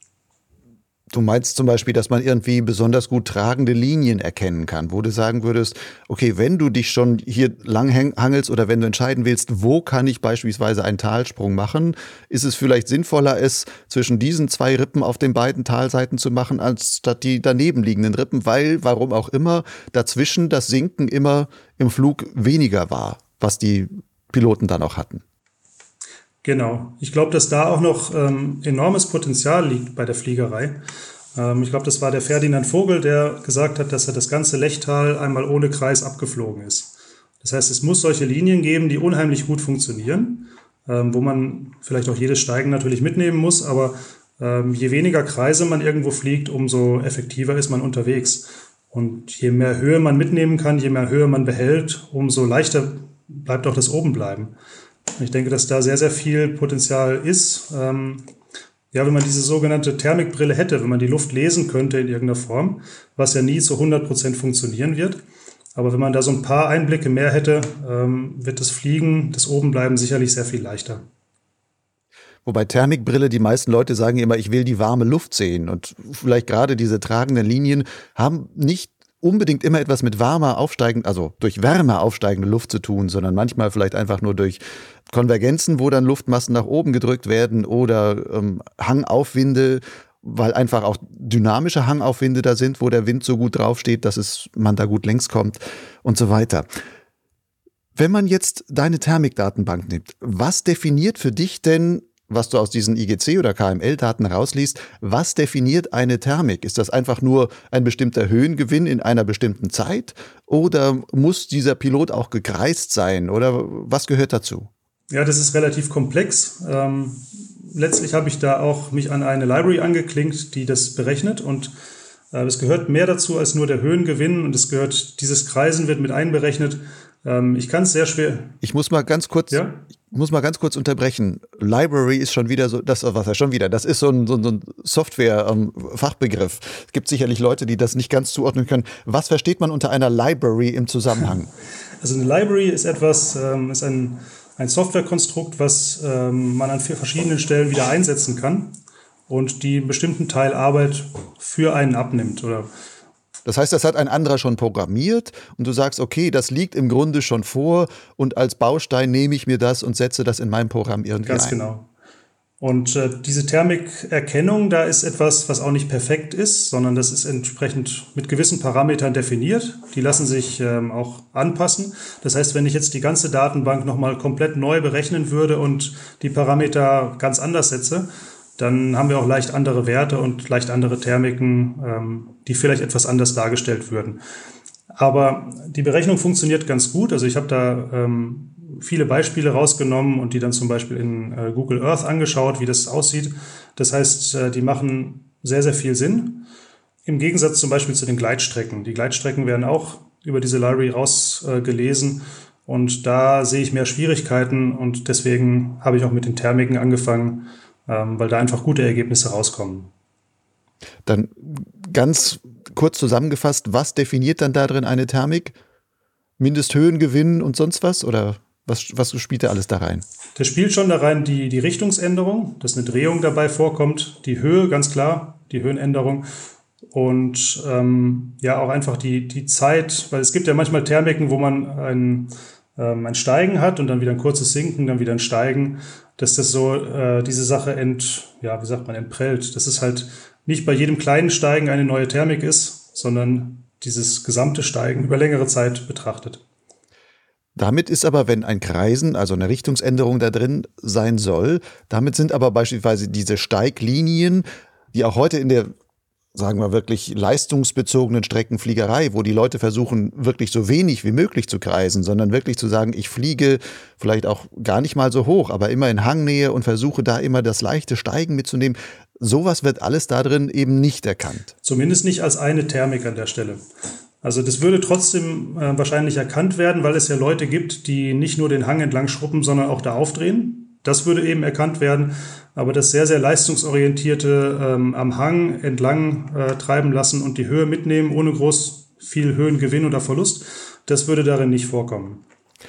Du meinst zum Beispiel, dass man irgendwie besonders gut tragende Linien erkennen kann, wo du sagen würdest, okay, wenn du dich schon hier lang hangelst oder wenn du entscheiden willst, wo kann ich beispielsweise einen Talsprung machen, ist es vielleicht sinnvoller, es zwischen diesen zwei Rippen auf den beiden Talseiten zu machen, anstatt die daneben liegenden Rippen, weil, warum auch immer, dazwischen das Sinken immer im Flug weniger war, was die Piloten dann auch hatten. Genau. Ich glaube, dass da auch noch ähm, enormes Potenzial liegt bei der Fliegerei. Ähm, ich glaube, das war der Ferdinand Vogel, der gesagt hat, dass er das ganze Lechtal einmal ohne Kreis abgeflogen ist. Das heißt, es muss solche Linien geben, die unheimlich gut funktionieren, ähm, wo man vielleicht auch jedes Steigen natürlich mitnehmen muss, aber ähm, je weniger Kreise man irgendwo fliegt, umso effektiver ist man unterwegs. Und je mehr Höhe man mitnehmen kann, je mehr Höhe man behält, umso leichter bleibt auch das Obenbleiben. Ich denke, dass da sehr, sehr viel Potenzial ist. Ähm, ja, wenn man diese sogenannte Thermikbrille hätte, wenn man die Luft lesen könnte in irgendeiner Form, was ja nie zu hundert Prozent funktionieren wird. Aber wenn man da so ein paar Einblicke mehr hätte, ähm, wird das Fliegen, das Obenbleiben sicherlich sehr viel leichter. Wobei Thermikbrille, die meisten Leute sagen immer, ich will die warme Luft sehen. Und vielleicht gerade diese tragenden Linien haben nicht unbedingt immer etwas mit warmer aufsteigend, also durch Wärme aufsteigende Luft zu tun, sondern manchmal vielleicht einfach nur durch Konvergenzen, wo dann Luftmassen nach oben gedrückt werden oder ähm, Hangaufwinde, weil einfach auch dynamische Hangaufwinde da sind, wo der Wind so gut draufsteht, dass es, man da gut längs kommt und so weiter. Wenn man jetzt deine Thermikdatenbank nimmt, was definiert für dich denn, was du aus diesen I G C- oder K M L-Daten rausliest, was definiert eine Thermik? Ist das einfach nur ein bestimmter Höhengewinn in einer bestimmten Zeit oder muss dieser Pilot auch gekreist sein oder was gehört dazu? Ja, das ist relativ komplex. Ähm, letztlich habe ich da auch mich an eine Library angeklinkt, die das berechnet und äh, es gehört mehr dazu als nur der Höhengewinn und es gehört, dieses Kreisen wird mit einberechnet. Ähm, ich kann es sehr schwer. Ich muss mal ganz kurz, ja? ich muss mal ganz kurz unterbrechen. Library ist schon wieder so, das was ja schon wieder, das ist so ein, so ein Software-Fachbegriff. Ähm, es gibt sicherlich Leute, die das nicht ganz zuordnen können. Was versteht man unter einer Library im Zusammenhang? Also eine Library ist etwas, ähm, ist ein ein Softwarekonstrukt, was ähm, man an vier verschiedenen Stellen wieder einsetzen kann und die einen bestimmten Teil Arbeit für einen abnimmt. Oder das heißt, das hat ein anderer schon programmiert und du sagst, okay, das liegt im Grunde schon vor und als Baustein nehme ich mir das und setze das in mein Programm irgendwie Ganz ein. Ganz genau. Und äh, diese Thermikerkennung, da ist etwas, was auch nicht perfekt ist, sondern das ist entsprechend mit gewissen Parametern definiert. Die lassen sich ähm, auch anpassen. Das heißt, wenn ich jetzt die ganze Datenbank nochmal komplett neu berechnen würde und die Parameter ganz anders setze, dann haben wir auch leicht andere Werte und leicht andere Thermiken, ähm, die vielleicht etwas anders dargestellt würden. Aber die Berechnung funktioniert ganz gut. Also ich habe da ähm, viele Beispiele rausgenommen und die dann zum Beispiel in äh, Google Earth angeschaut, wie das aussieht. Das heißt, äh, die machen sehr, sehr viel Sinn. Im Gegensatz zum Beispiel zu den Gleitstrecken. Die Gleitstrecken werden auch über diese Library rausgelesen äh, und da sehe ich mehr Schwierigkeiten und deswegen habe ich auch mit den Thermiken angefangen, ähm, weil da einfach gute Ergebnisse rauskommen. Dann ganz kurz zusammengefasst, was definiert dann da drin eine Thermik? Mindesthöhengewinn und sonst was? Oder was, was spielt da alles da rein? Das spielt schon da rein die, die Richtungsänderung, dass eine Drehung dabei vorkommt, die Höhe, ganz klar, die Höhenänderung und ähm, ja auch einfach die, die Zeit, weil es gibt ja manchmal Thermiken, wo man ein, ähm, ein Steigen hat und dann wieder ein kurzes Sinken, dann wieder ein Steigen, dass das so äh, diese Sache ent, ja, wie sagt man, entprellt. Dass es halt nicht bei jedem kleinen Steigen eine neue Thermik ist, sondern dieses gesamte Steigen über längere Zeit betrachtet. Damit ist aber, wenn ein Kreisen, also eine Richtungsänderung da drin sein soll, damit sind aber beispielsweise diese Steiglinien, die auch heute in der, sagen wir wirklich, leistungsbezogenen Streckenfliegerei, wo die Leute versuchen, wirklich so wenig wie möglich zu kreisen, sondern wirklich zu sagen, ich fliege vielleicht auch gar nicht mal so hoch, aber immer in Hangnähe und versuche da immer das leichte Steigen mitzunehmen. Sowas wird alles da drin eben nicht erkannt. Zumindest nicht als eine Thermik an der Stelle. Also das würde trotzdem äh, wahrscheinlich erkannt werden, weil es ja Leute gibt, die nicht nur den Hang entlang schruppen, sondern auch da aufdrehen. Das würde eben erkannt werden. Aber das sehr, sehr leistungsorientierte ähm, am Hang entlang äh, treiben lassen und die Höhe mitnehmen, ohne groß viel Höhengewinn oder Verlust, das würde darin nicht vorkommen.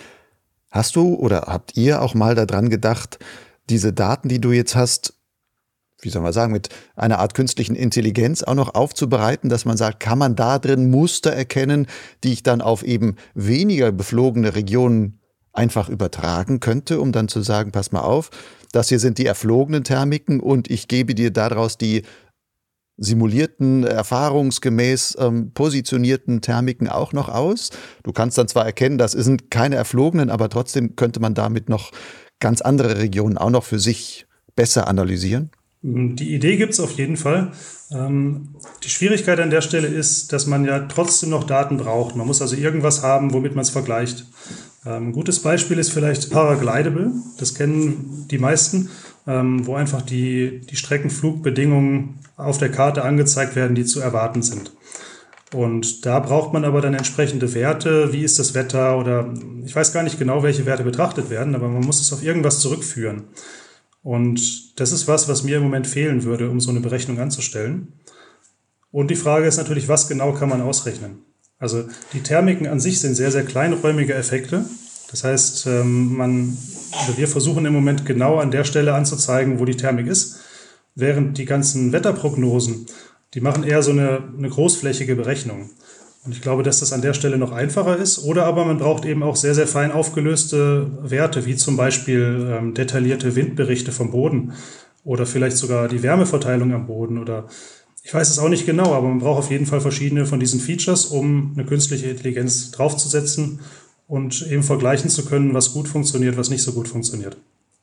Hast du oder habt ihr auch mal daran gedacht, diese Daten, die du jetzt hast, wie soll man sagen, mit einer Art künstlichen Intelligenz auch noch aufzubereiten, dass man sagt, kann man da drin Muster erkennen, die ich dann auf eben weniger beflogene Regionen einfach übertragen könnte, um dann zu sagen, pass mal auf, das hier sind die erflogenen Thermiken und ich gebe dir daraus die simulierten, erfahrungsgemäß ähm, positionierten Thermiken auch noch aus. Du kannst dann zwar erkennen, das sind keine erflogenen, aber trotzdem könnte man damit noch ganz andere Regionen auch noch für sich besser analysieren. Die Idee gibt es auf jeden Fall. Die Schwierigkeit an der Stelle ist, dass man ja trotzdem noch Daten braucht. Man muss also irgendwas haben, womit man es vergleicht. Ein gutes Beispiel ist vielleicht Paraglidable. Das kennen die meisten, wo einfach die, die Streckenflugbedingungen auf der Karte angezeigt werden, die zu erwarten sind. Und da braucht man aber dann entsprechende Werte. Wie ist das Wetter? Oder ich weiß gar nicht genau, welche Werte betrachtet werden, aber man muss es auf irgendwas zurückführen. Und das ist was, was mir im Moment fehlen würde, um so eine Berechnung anzustellen. Und die Frage ist natürlich, was genau kann man ausrechnen? Also die Thermiken an sich sind sehr, sehr kleinräumige Effekte. Das heißt, man, also wir versuchen im Moment genau an der Stelle anzuzeigen, wo die Thermik ist, während die ganzen Wetterprognosen, die machen eher so eine, eine großflächige Berechnung. Und ich glaube, dass das an der Stelle noch einfacher ist. Oder aber man braucht eben auch sehr, sehr fein aufgelöste Werte, wie zum Beispiel ähm, detaillierte Windberichte vom Boden oder vielleicht sogar die Wärmeverteilung am Boden. Oder ich weiß es auch nicht genau, aber man braucht auf jeden Fall verschiedene von diesen Features, um eine künstliche Intelligenz draufzusetzen und eben vergleichen zu können, was gut funktioniert, was nicht so gut funktioniert.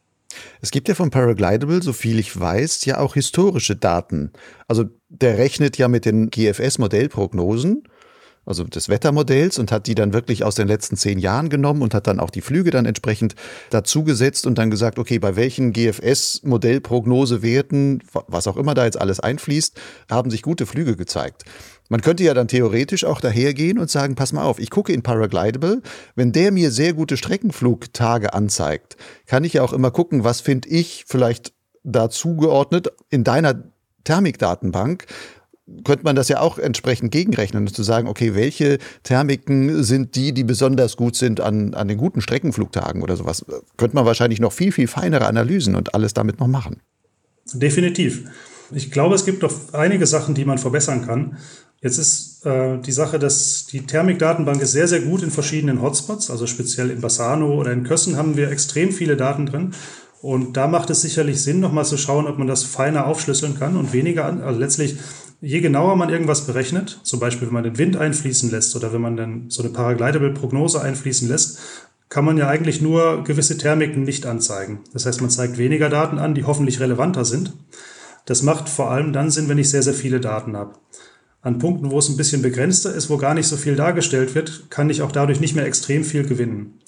Es gibt ja von Paraglidable, so viel ich weiß, ja auch historische Daten. Also der rechnet ja mit den G F S-Modellprognosen, also des Wettermodells, und hat die dann wirklich aus den letzten zehn Jahren genommen und hat dann auch die Flüge dann entsprechend dazugesetzt und dann gesagt, okay, bei welchen G F S-Modellprognosewerten, was auch immer da jetzt alles einfließt, haben sich gute Flüge gezeigt. Man könnte ja dann theoretisch auch dahergehen und sagen, pass mal auf, ich gucke in Paraglidable, wenn der mir sehr gute Streckenflugtage anzeigt, kann ich ja auch immer gucken, was finde ich vielleicht dazu geordnet in deiner Thermikdatenbank, könnte man das ja auch entsprechend gegenrechnen und zu sagen, okay, welche Thermiken sind die, die besonders gut sind an, an den guten Streckenflugtagen oder sowas. Könnte man wahrscheinlich noch viel, viel feinere Analysen und alles damit noch machen. Definitiv. Ich glaube, es gibt doch einige Sachen, die man verbessern kann. Jetzt ist äh, die Sache, dass die Thermikdatenbank ist sehr, sehr gut in verschiedenen Hotspots, also speziell in Bassano oder in Kössen haben wir extrem viele Daten drin. Und da macht es sicherlich Sinn, nochmal zu schauen, ob man das feiner aufschlüsseln kann und weniger, an, also letztlich, je genauer man irgendwas berechnet, zum Beispiel wenn man den Wind einfließen lässt oder wenn man dann so eine Paraglidable-Prognose einfließen lässt, kann man ja eigentlich nur gewisse Thermiken nicht anzeigen. Das heißt, man zeigt weniger Daten an, die hoffentlich relevanter sind. Das macht vor allem dann Sinn, wenn ich sehr, sehr viele Daten habe. An Punkten, wo es ein bisschen begrenzter ist, wo gar nicht so viel dargestellt wird, kann ich auch dadurch nicht mehr extrem viel gewinnen.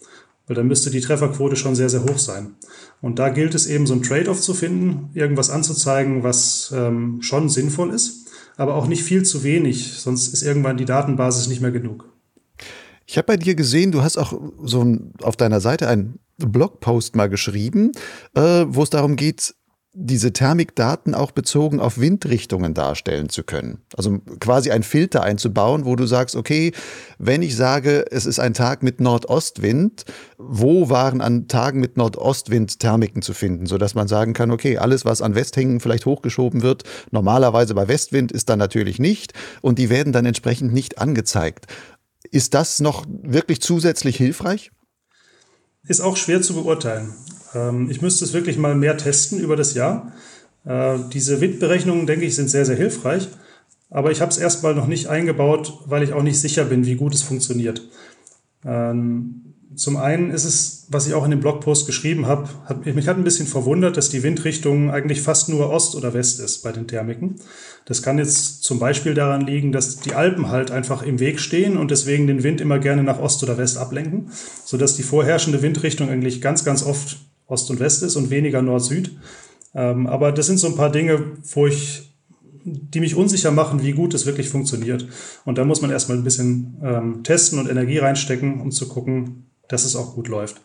weil dann müsste die Trefferquote schon sehr, sehr hoch sein. Und da gilt es eben, so ein Trade-off zu finden, irgendwas anzuzeigen, was ähm, schon sinnvoll ist, aber auch nicht viel zu wenig, sonst ist irgendwann die Datenbasis nicht mehr genug. Ich habe bei dir gesehen, du hast auch so ein, auf deiner Seite einen Blogpost mal geschrieben, äh, wo es darum geht, diese Thermikdaten auch bezogen auf Windrichtungen darstellen zu können. Also quasi einen Filter einzubauen, wo du sagst, okay, wenn ich sage, es ist ein Tag mit Nordostwind, wo waren an Tagen mit Nordostwind Thermiken zu finden, sodass man sagen kann, okay, alles, was an Westhängen vielleicht hochgeschoben wird, normalerweise bei Westwind ist dann natürlich nicht und die werden dann entsprechend nicht angezeigt. Ist das noch wirklich zusätzlich hilfreich? Ist auch schwer zu beurteilen. Ich müsste es wirklich mal mehr testen über das Jahr. Diese Windberechnungen, denke ich, sind sehr, sehr hilfreich. Aber ich habe es erstmal noch nicht eingebaut, weil ich auch nicht sicher bin, wie gut es funktioniert. Zum einen ist es, was ich auch in dem Blogpost geschrieben habe, hat, mich hat ein bisschen verwundert, dass die Windrichtung eigentlich fast nur Ost oder West ist bei den Thermiken. Das kann jetzt zum Beispiel daran liegen, dass die Alpen halt einfach im Weg stehen und deswegen den Wind immer gerne nach Ost oder West ablenken, sodass die vorherrschende Windrichtung eigentlich ganz, ganz oft Ost und West ist und weniger Nord-Süd. Ähm, aber das sind so ein paar Dinge, wo ich, die mich unsicher machen, wie gut es wirklich funktioniert. Und da muss man erstmal ein bisschen ähm, testen und Energie reinstecken, um zu gucken, dass es auch gut läuft.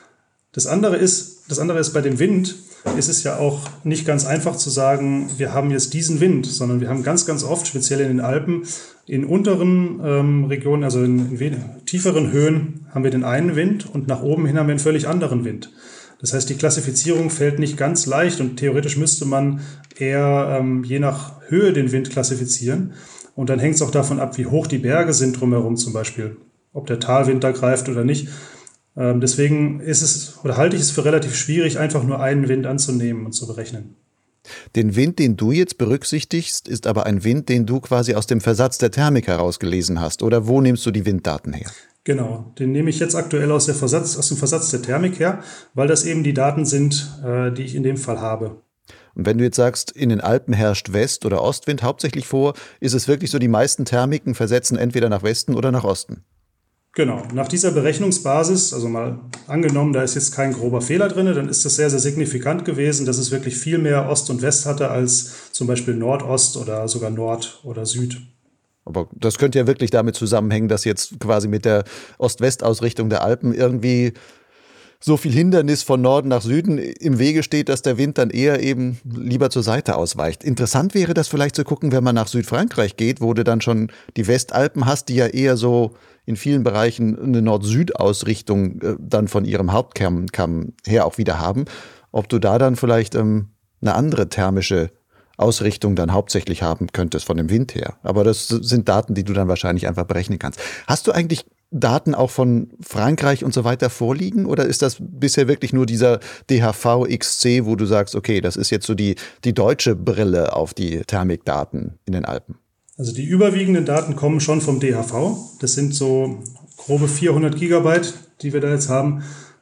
Das andere ist, das andere ist bei dem Wind, ist es ja auch nicht ganz einfach zu sagen, wir haben jetzt diesen Wind, sondern wir haben ganz, ganz oft, speziell in den Alpen, in unteren ähm, Regionen, also in, in tieferen Höhen, haben wir den einen Wind und nach oben hin haben wir einen völlig anderen Wind. Das heißt, die Klassifizierung fällt nicht ganz leicht und theoretisch müsste man eher ähm, je nach Höhe den Wind klassifizieren. Und dann hängt es auch davon ab, wie hoch die Berge sind drumherum zum Beispiel, ob der Talwind da greift oder nicht. Ähm, deswegen ist es, oder halte ich es für relativ schwierig, einfach nur einen Wind anzunehmen und zu berechnen. Den Wind, den du jetzt berücksichtigst, ist aber ein Wind, den du quasi aus dem Versatz der Thermik herausgelesen hast. Oder wo nimmst du die Winddaten her? Genau, den nehme ich jetzt aktuell aus, der Versatz, aus dem Versatz der Thermik her, weil das eben die Daten sind, äh, die ich in dem Fall habe. Und wenn du jetzt sagst, in den Alpen herrscht West- oder Ostwind hauptsächlich vor, ist es wirklich so, die meisten Thermiken versetzen entweder nach Westen oder nach Osten? Genau, nach dieser Berechnungsbasis, also mal angenommen, da ist jetzt kein grober Fehler drin, dann ist das sehr, sehr signifikant gewesen, dass es wirklich viel mehr Ost und West hatte als zum Beispiel Nordost oder sogar Nord oder Süd. Aber das könnte ja wirklich damit zusammenhängen, dass jetzt quasi mit der Ost-West-Ausrichtung der Alpen irgendwie so viel Hindernis von Norden nach Süden im Wege steht, dass der Wind dann eher eben lieber zur Seite ausweicht. Interessant wäre das vielleicht zu gucken, wenn man nach Südfrankreich geht, wo du dann schon die Westalpen hast, die ja eher so in vielen Bereichen eine Nord-Süd-Ausrichtung äh, dann von ihrem Hauptkamm her auch wieder haben. Ob du da dann vielleicht ähm, eine andere thermische Ausrichtung dann hauptsächlich haben könntest von dem Wind her. Aber das sind Daten, die du dann wahrscheinlich einfach berechnen kannst. Hast du eigentlich Daten auch von Frankreich und so weiter vorliegen? Oder ist das bisher wirklich nur dieser D H V X C, wo du sagst, okay, das ist jetzt so die, die deutsche Brille auf die Thermikdaten in den Alpen? Also die überwiegenden Daten kommen schon vom D H V. Das sind so grobe vierhundert Gigabyte, die wir da jetzt haben.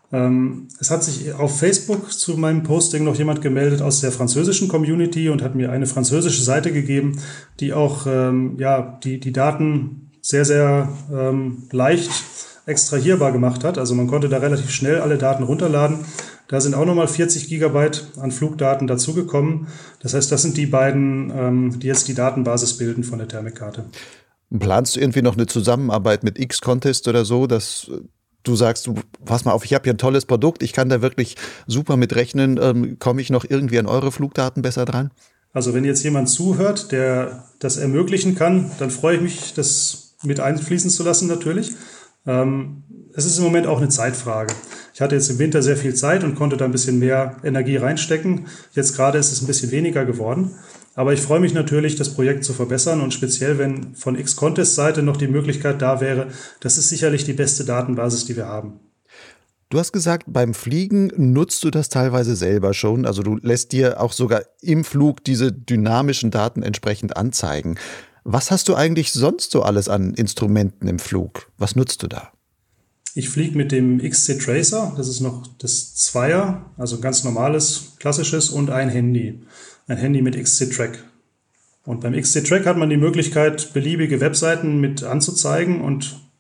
Es hat sich auf Facebook zu meinem Posting noch jemand gemeldet aus der französischen Community und hat mir eine französische Seite gegeben, die auch ähm, ja, die, die Daten sehr, sehr ähm, leicht extrahierbar gemacht hat. Also man konnte da relativ schnell alle Daten runterladen. Da sind auch nochmal vierzig Gigabyte an Flugdaten dazugekommen. Das heißt, das sind die beiden, ähm, die jetzt die Datenbasis bilden von der Thermikkarte. Planst du irgendwie noch eine Zusammenarbeit mit X-Contest oder so, dass du sagst, du, pass mal auf, ich habe hier ein tolles Produkt, ich kann da wirklich super mit rechnen, ähm, komme ich noch irgendwie an eure Flugdaten besser dran? Also wenn jetzt jemand zuhört, der das ermöglichen kann, dann freue ich mich, das mit einfließen zu lassen natürlich. Ähm, es ist im Moment auch eine Zeitfrage. Ich hatte jetzt im Winter sehr viel Zeit und konnte da ein bisschen mehr Energie reinstecken. Jetzt gerade ist es ein bisschen weniger geworden. Aber ich freue mich natürlich, das Projekt zu verbessern und speziell, wenn von X-Contest-Seite noch die Möglichkeit da wäre, das ist sicherlich die beste Datenbasis, die wir haben. Du hast gesagt, beim Fliegen nutzt du das teilweise selber schon. Also du lässt dir auch sogar im Flug diese dynamischen Daten entsprechend anzeigen. Was hast du eigentlich sonst so alles an Instrumenten im Flug? Was nutzt du da? Ich fliege mit dem X C Tracer, das ist noch das Zweier, also ein ganz normales, klassisches und ein Handy. Ein Handy mit X C Track. Und beim X C Track hat man die Möglichkeit, beliebige Webseiten mit anzuzeigen und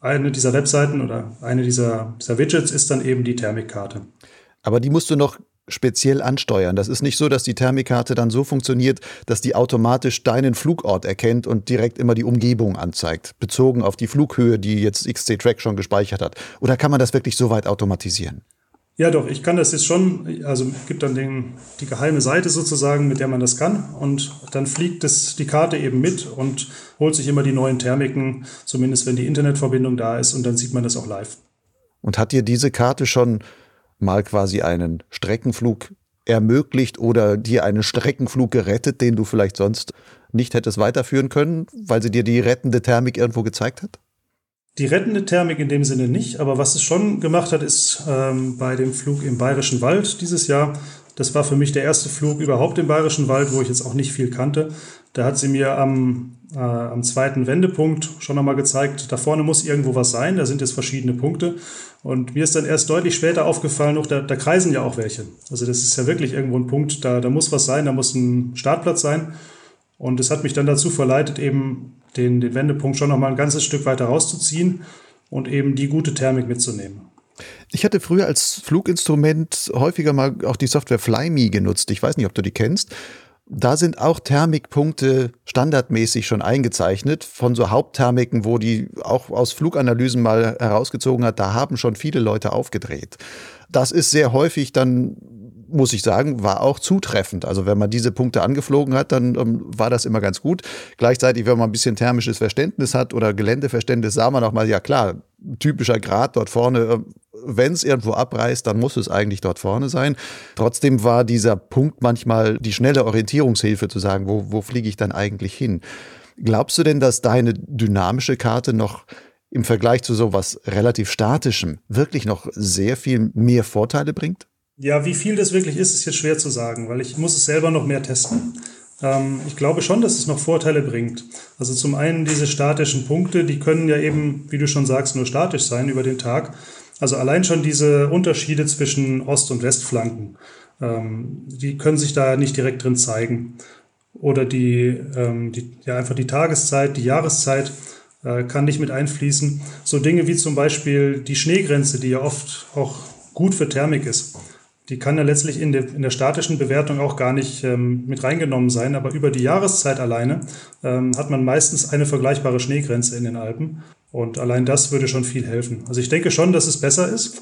eine dieser Webseiten oder eine dieser, dieser Widgets ist dann eben die Thermikkarte. Aber die musst du noch speziell ansteuern. Das ist nicht so, dass die Thermikkarte dann so funktioniert, dass die automatisch deinen Flugort erkennt und direkt immer die Umgebung anzeigt, bezogen auf die Flughöhe, die jetzt X C-Track schon gespeichert hat. Oder kann man das wirklich so weit automatisieren? Ja doch, ich kann das jetzt schon, also es gibt dann den, die geheime Seite sozusagen, mit der man das kann, und dann fliegt das, die Karte eben mit und holt sich immer die neuen Thermiken, zumindest wenn die Internetverbindung da ist, und dann sieht man das auch live. Und hat dir diese Karte schon mal quasi einen Streckenflug ermöglicht oder dir einen Streckenflug gerettet, den du vielleicht sonst nicht hättest weiterführen können, weil sie dir die rettende Thermik irgendwo gezeigt hat? Die rettende Thermik in dem Sinne nicht, aber was es schon gemacht hat, ist ähm, bei dem Flug im Bayerischen Wald dieses Jahr, das war für mich der erste Flug überhaupt im Bayerischen Wald, wo ich jetzt auch nicht viel kannte. Da hat sie mir am, äh, am zweiten Wendepunkt schon einmal gezeigt, da vorne muss irgendwo was sein, da sind jetzt verschiedene Punkte. Und mir ist dann erst deutlich später aufgefallen, noch, da, da kreisen ja auch welche. Also das ist ja wirklich irgendwo ein Punkt, da, da muss was sein, da muss ein Startplatz sein. Und es hat mich dann dazu verleitet, eben den, den Wendepunkt schon noch mal ein ganzes Stück weiter rauszuziehen und eben die gute Thermik mitzunehmen. Ich hatte früher als Fluginstrument häufiger mal auch die Software Flyme genutzt. Ich weiß nicht, ob du die kennst. Da sind auch Thermikpunkte standardmäßig schon eingezeichnet von so Hauptthermiken, wo die auch aus Fluganalysen mal herausgezogen hat. Da haben schon viele Leute aufgedreht. Das ist sehr häufig dann, muss ich sagen, war auch zutreffend. Also wenn man diese Punkte angeflogen hat, dann ähm, war das immer ganz gut. Gleichzeitig, wenn man ein bisschen thermisches Verständnis hat oder Geländeverständnis, sah man auch mal, ja klar, typischer Grad dort vorne, äh, wenn es irgendwo abreißt, dann muss es eigentlich dort vorne sein. Trotzdem war dieser Punkt manchmal die schnelle Orientierungshilfe zu sagen, wo, wo fliege ich dann eigentlich hin? Glaubst du denn, dass deine dynamische Karte noch im Vergleich zu sowas relativ Statischem wirklich noch sehr viel mehr Vorteile bringt? Ja, wie viel das wirklich ist, ist jetzt schwer zu sagen, weil ich muss es selber noch mehr testen. Ähm, ich glaube schon, dass es noch Vorteile bringt. Also zum einen diese statischen Punkte, die können ja eben, wie du schon sagst, nur statisch sein über den Tag. Also allein schon diese Unterschiede zwischen Ost- und Westflanken, ähm, die können sich da nicht direkt drin zeigen. Oder die, ähm, die, ja, einfach die Tageszeit, die Jahreszeit äh, kann nicht mit einfließen. So Dinge wie zum Beispiel die Schneegrenze, die ja oft auch gut für Thermik ist. Die kann ja letztlich in der, in der statischen Bewertung auch gar nicht ähm, mit reingenommen sein, aber über die Jahreszeit alleine ähm, hat man meistens eine vergleichbare Schneegrenze in den Alpen, und allein das würde schon viel helfen. Also ich denke schon, dass es besser ist.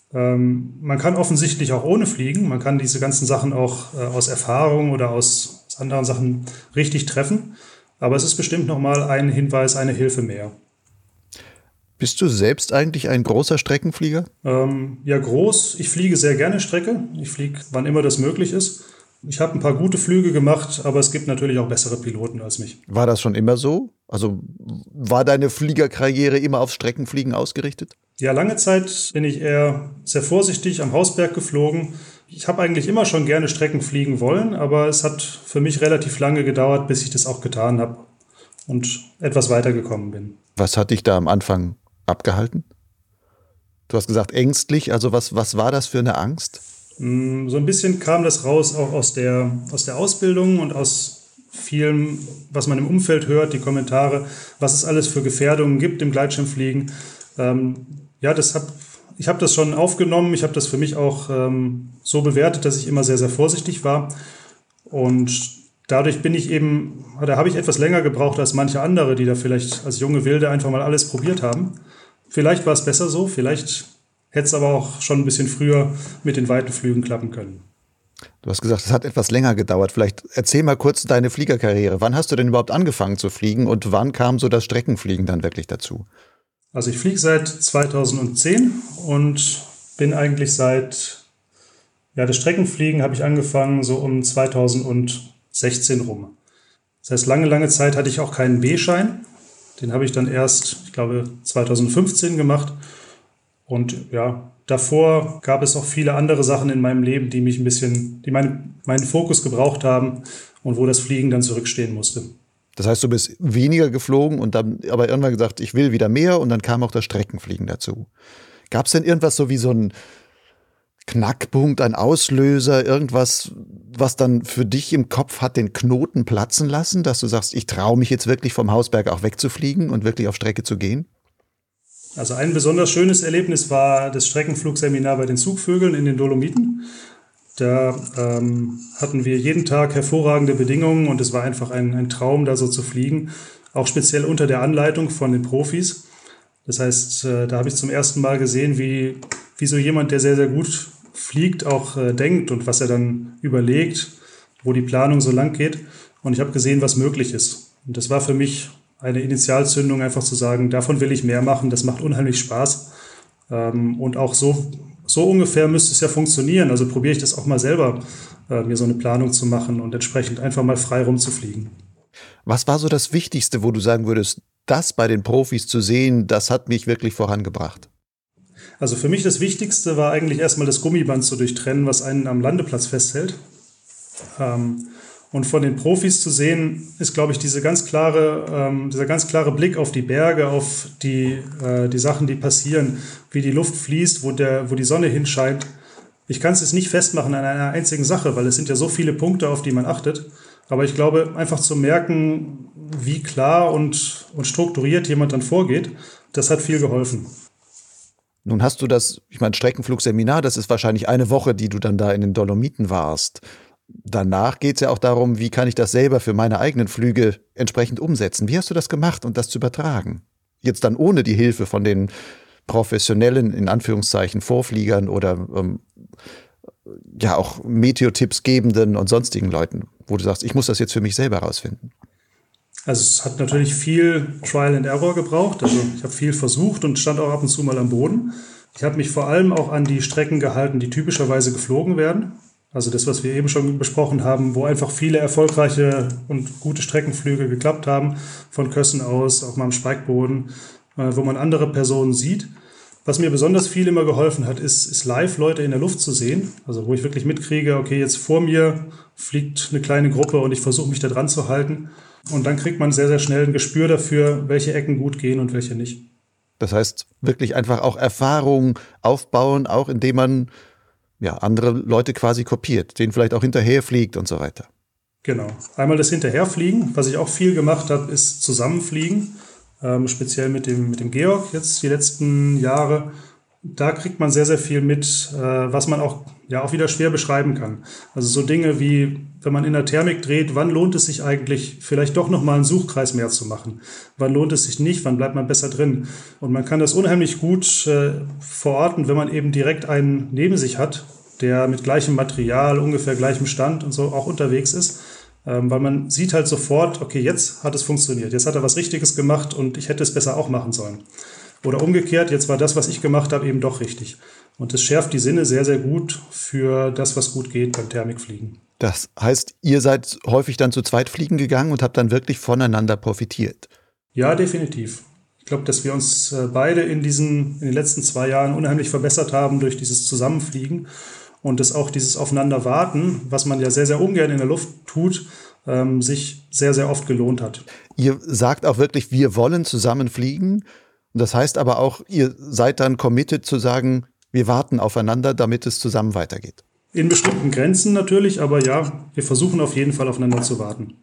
Ähm, man kann offensichtlich auch ohne fliegen, man kann diese ganzen Sachen auch äh, aus Erfahrung oder aus, aus anderen Sachen richtig treffen, aber es ist bestimmt nochmal ein Hinweis, eine Hilfe mehr. Bist du selbst eigentlich ein großer Streckenflieger? Ähm, ja, groß. Ich fliege sehr gerne Strecke. Ich fliege, wann immer das möglich ist. Ich habe ein paar gute Flüge gemacht, aber es gibt natürlich auch bessere Piloten als mich. War das schon immer so? Also war deine Fliegerkarriere immer aufs Streckenfliegen ausgerichtet? Ja, lange Zeit bin ich eher sehr vorsichtig am Hausberg geflogen. Ich habe eigentlich immer schon gerne Strecken fliegen wollen, aber es hat für mich relativ lange gedauert, bis ich das auch getan habe und etwas weitergekommen bin. Was hat dich da am Anfang abgehalten? Du hast gesagt ängstlich, also was, was war das für eine Angst? So ein bisschen kam das raus auch aus der, aus der Ausbildung und aus vielem, was man im Umfeld hört, die Kommentare, was es alles für Gefährdungen gibt im Gleitschirmfliegen. Ähm, ja, das hab, ich habe das schon aufgenommen, ich habe das für mich auch ähm, so bewertet, dass ich immer sehr, sehr vorsichtig war, und dadurch bin ich eben, da habe ich etwas länger gebraucht als manche andere, die da vielleicht als junge Wilde einfach mal alles probiert haben. Vielleicht war es besser so, vielleicht hätte es aber auch schon ein bisschen früher mit den weiten Flügen klappen können. Du hast gesagt, es hat etwas länger gedauert. Vielleicht erzähl mal kurz deine Fliegerkarriere. Wann hast du denn überhaupt angefangen zu fliegen und wann kam so das Streckenfliegen dann wirklich dazu? Also ich fliege seit zweitausendzehn und bin eigentlich seit, ja, das Streckenfliegen habe ich angefangen so um zweitausendsechzehn rum. Das heißt, lange, lange Zeit hatte ich auch keinen B-Schein. Den habe ich dann erst, ich glaube, zweitausendfünfzehn gemacht. Und ja, davor gab es auch viele andere Sachen in meinem Leben, die mich ein bisschen, die mein, meinen Fokus gebraucht haben und wo das Fliegen dann zurückstehen musste. Das heißt, du bist weniger geflogen und dann aber irgendwann gesagt, ich will wieder mehr, und dann kam auch das Streckenfliegen dazu. Gab es denn irgendwas so wie so ein Knackpunkt, ein Auslöser, irgendwas, was dann für dich im Kopf hat den Knoten platzen lassen, dass du sagst, ich traue mich jetzt wirklich vom Hausberg auch wegzufliegen und wirklich auf Strecke zu gehen? Also ein besonders schönes Erlebnis war das Streckenflugseminar bei den Zugvögeln in den Dolomiten. Da ähm, hatten wir jeden Tag hervorragende Bedingungen und es war einfach ein, ein Traum, da so zu fliegen, auch speziell unter der Anleitung von den Profis. Das heißt, äh, da habe ich zum ersten Mal gesehen, wie, wie so jemand, der sehr, sehr gut fliegt, auch äh, denkt und was er dann überlegt, wo die Planung so lang geht. Und ich habe gesehen, was möglich ist. Und das war für mich eine Initialzündung, einfach zu sagen, davon will ich mehr machen, das macht unheimlich Spaß. Ähm, und auch so So ungefähr müsste es ja funktionieren. Also probiere ich das auch mal selber, äh, mir so eine Planung zu machen und entsprechend einfach mal frei rumzufliegen. Was war so das Wichtigste, wo du sagen würdest, das bei den Profis zu sehen, das hat mich wirklich vorangebracht? Also für mich das Wichtigste war eigentlich erstmal das Gummiband zu durchtrennen, was einen am Landeplatz festhält. Ähm, und von den Profis zu sehen, ist, glaube ich, diese ganz klare, ähm, dieser ganz klare Blick auf die Berge, auf die, äh, die Sachen, die passieren, wie die Luft fließt, wo, der, wo die Sonne hinscheint. Ich kann es jetzt nicht festmachen an einer einzigen Sache, weil es sind ja so viele Punkte, auf die man achtet. Aber ich glaube, einfach zu merken, wie klar und, und strukturiert jemand dann vorgeht, das hat viel geholfen. Nun hast du das, ich meine, Streckenflugseminar, das ist wahrscheinlich eine Woche, die du dann da in den Dolomiten warst. Danach geht es ja auch darum, wie kann ich das selber für meine eigenen Flüge entsprechend umsetzen. Wie hast du das gemacht und das zu übertragen? Jetzt dann ohne die Hilfe von den professionellen, in Anführungszeichen, Vorfliegern oder ähm, ja auch Meteotipps gebenden und sonstigen Leuten, wo du sagst, ich muss das jetzt für mich selber rausfinden. Also es hat natürlich viel Trial and Error gebraucht. Also ich habe viel versucht und stand auch ab und zu mal am Boden. Ich habe mich vor allem auch an die Strecken gehalten, die typischerweise geflogen werden. Also das, was wir eben schon besprochen haben, wo einfach viele erfolgreiche und gute Streckenflüge geklappt haben, von Kössen aus, auch mal am Speikboden, wo man andere Personen sieht. Was mir besonders viel immer geholfen hat, ist, ist live Leute in der Luft zu sehen. Also wo ich wirklich mitkriege, okay, jetzt vor mir fliegt eine kleine Gruppe und ich versuche mich da dran zu halten. Und dann kriegt man sehr, sehr schnell ein Gespür dafür, welche Ecken gut gehen und welche nicht. Das heißt, wirklich einfach auch Erfahrung aufbauen, auch indem man ja, andere Leute quasi kopiert, denen vielleicht auch hinterherfliegt und so weiter. Genau. Einmal das Hinterherfliegen. Was ich auch viel gemacht habe, ist Zusammenfliegen. Ähm, speziell mit dem, mit dem Georg jetzt die letzten Jahre. Da kriegt man sehr, sehr viel mit, äh, was man auch, ja, auch wieder schwer beschreiben kann. Also so Dinge wie, wenn man in der Thermik dreht, wann lohnt es sich eigentlich, vielleicht doch nochmal einen Suchkreis mehr zu machen? Wann lohnt es sich nicht? Wann bleibt man besser drin? Und man kann das unheimlich gut äh, verorten, wenn man eben direkt einen neben sich hat, der mit gleichem Material, ungefähr gleichem Stand und so auch unterwegs ist. Ähm, weil man sieht halt sofort, okay, jetzt hat es funktioniert. Jetzt hat er was Richtiges gemacht und ich hätte es besser auch machen sollen. Oder umgekehrt, jetzt war das, was ich gemacht habe, eben doch richtig. Und das schärft die Sinne sehr, sehr gut für das, was gut geht beim Thermikfliegen. Das heißt, ihr seid häufig dann zu zweit fliegen gegangen und habt dann wirklich voneinander profitiert? Ja, definitiv. Ich glaube, dass wir uns beide in, diesen, in den letzten zwei Jahren unheimlich verbessert haben durch dieses Zusammenfliegen und dass auch dieses Aufeinanderwarten, was man ja sehr, sehr ungern in der Luft tut, ähm, sich sehr, sehr oft gelohnt hat. Ihr sagt auch wirklich, wir wollen zusammen fliegen. Und das heißt aber auch, ihr seid dann committed zu sagen, wir warten aufeinander, damit es zusammen weitergeht. In bestimmten Grenzen natürlich, aber ja, wir versuchen auf jeden Fall aufeinander zu warten.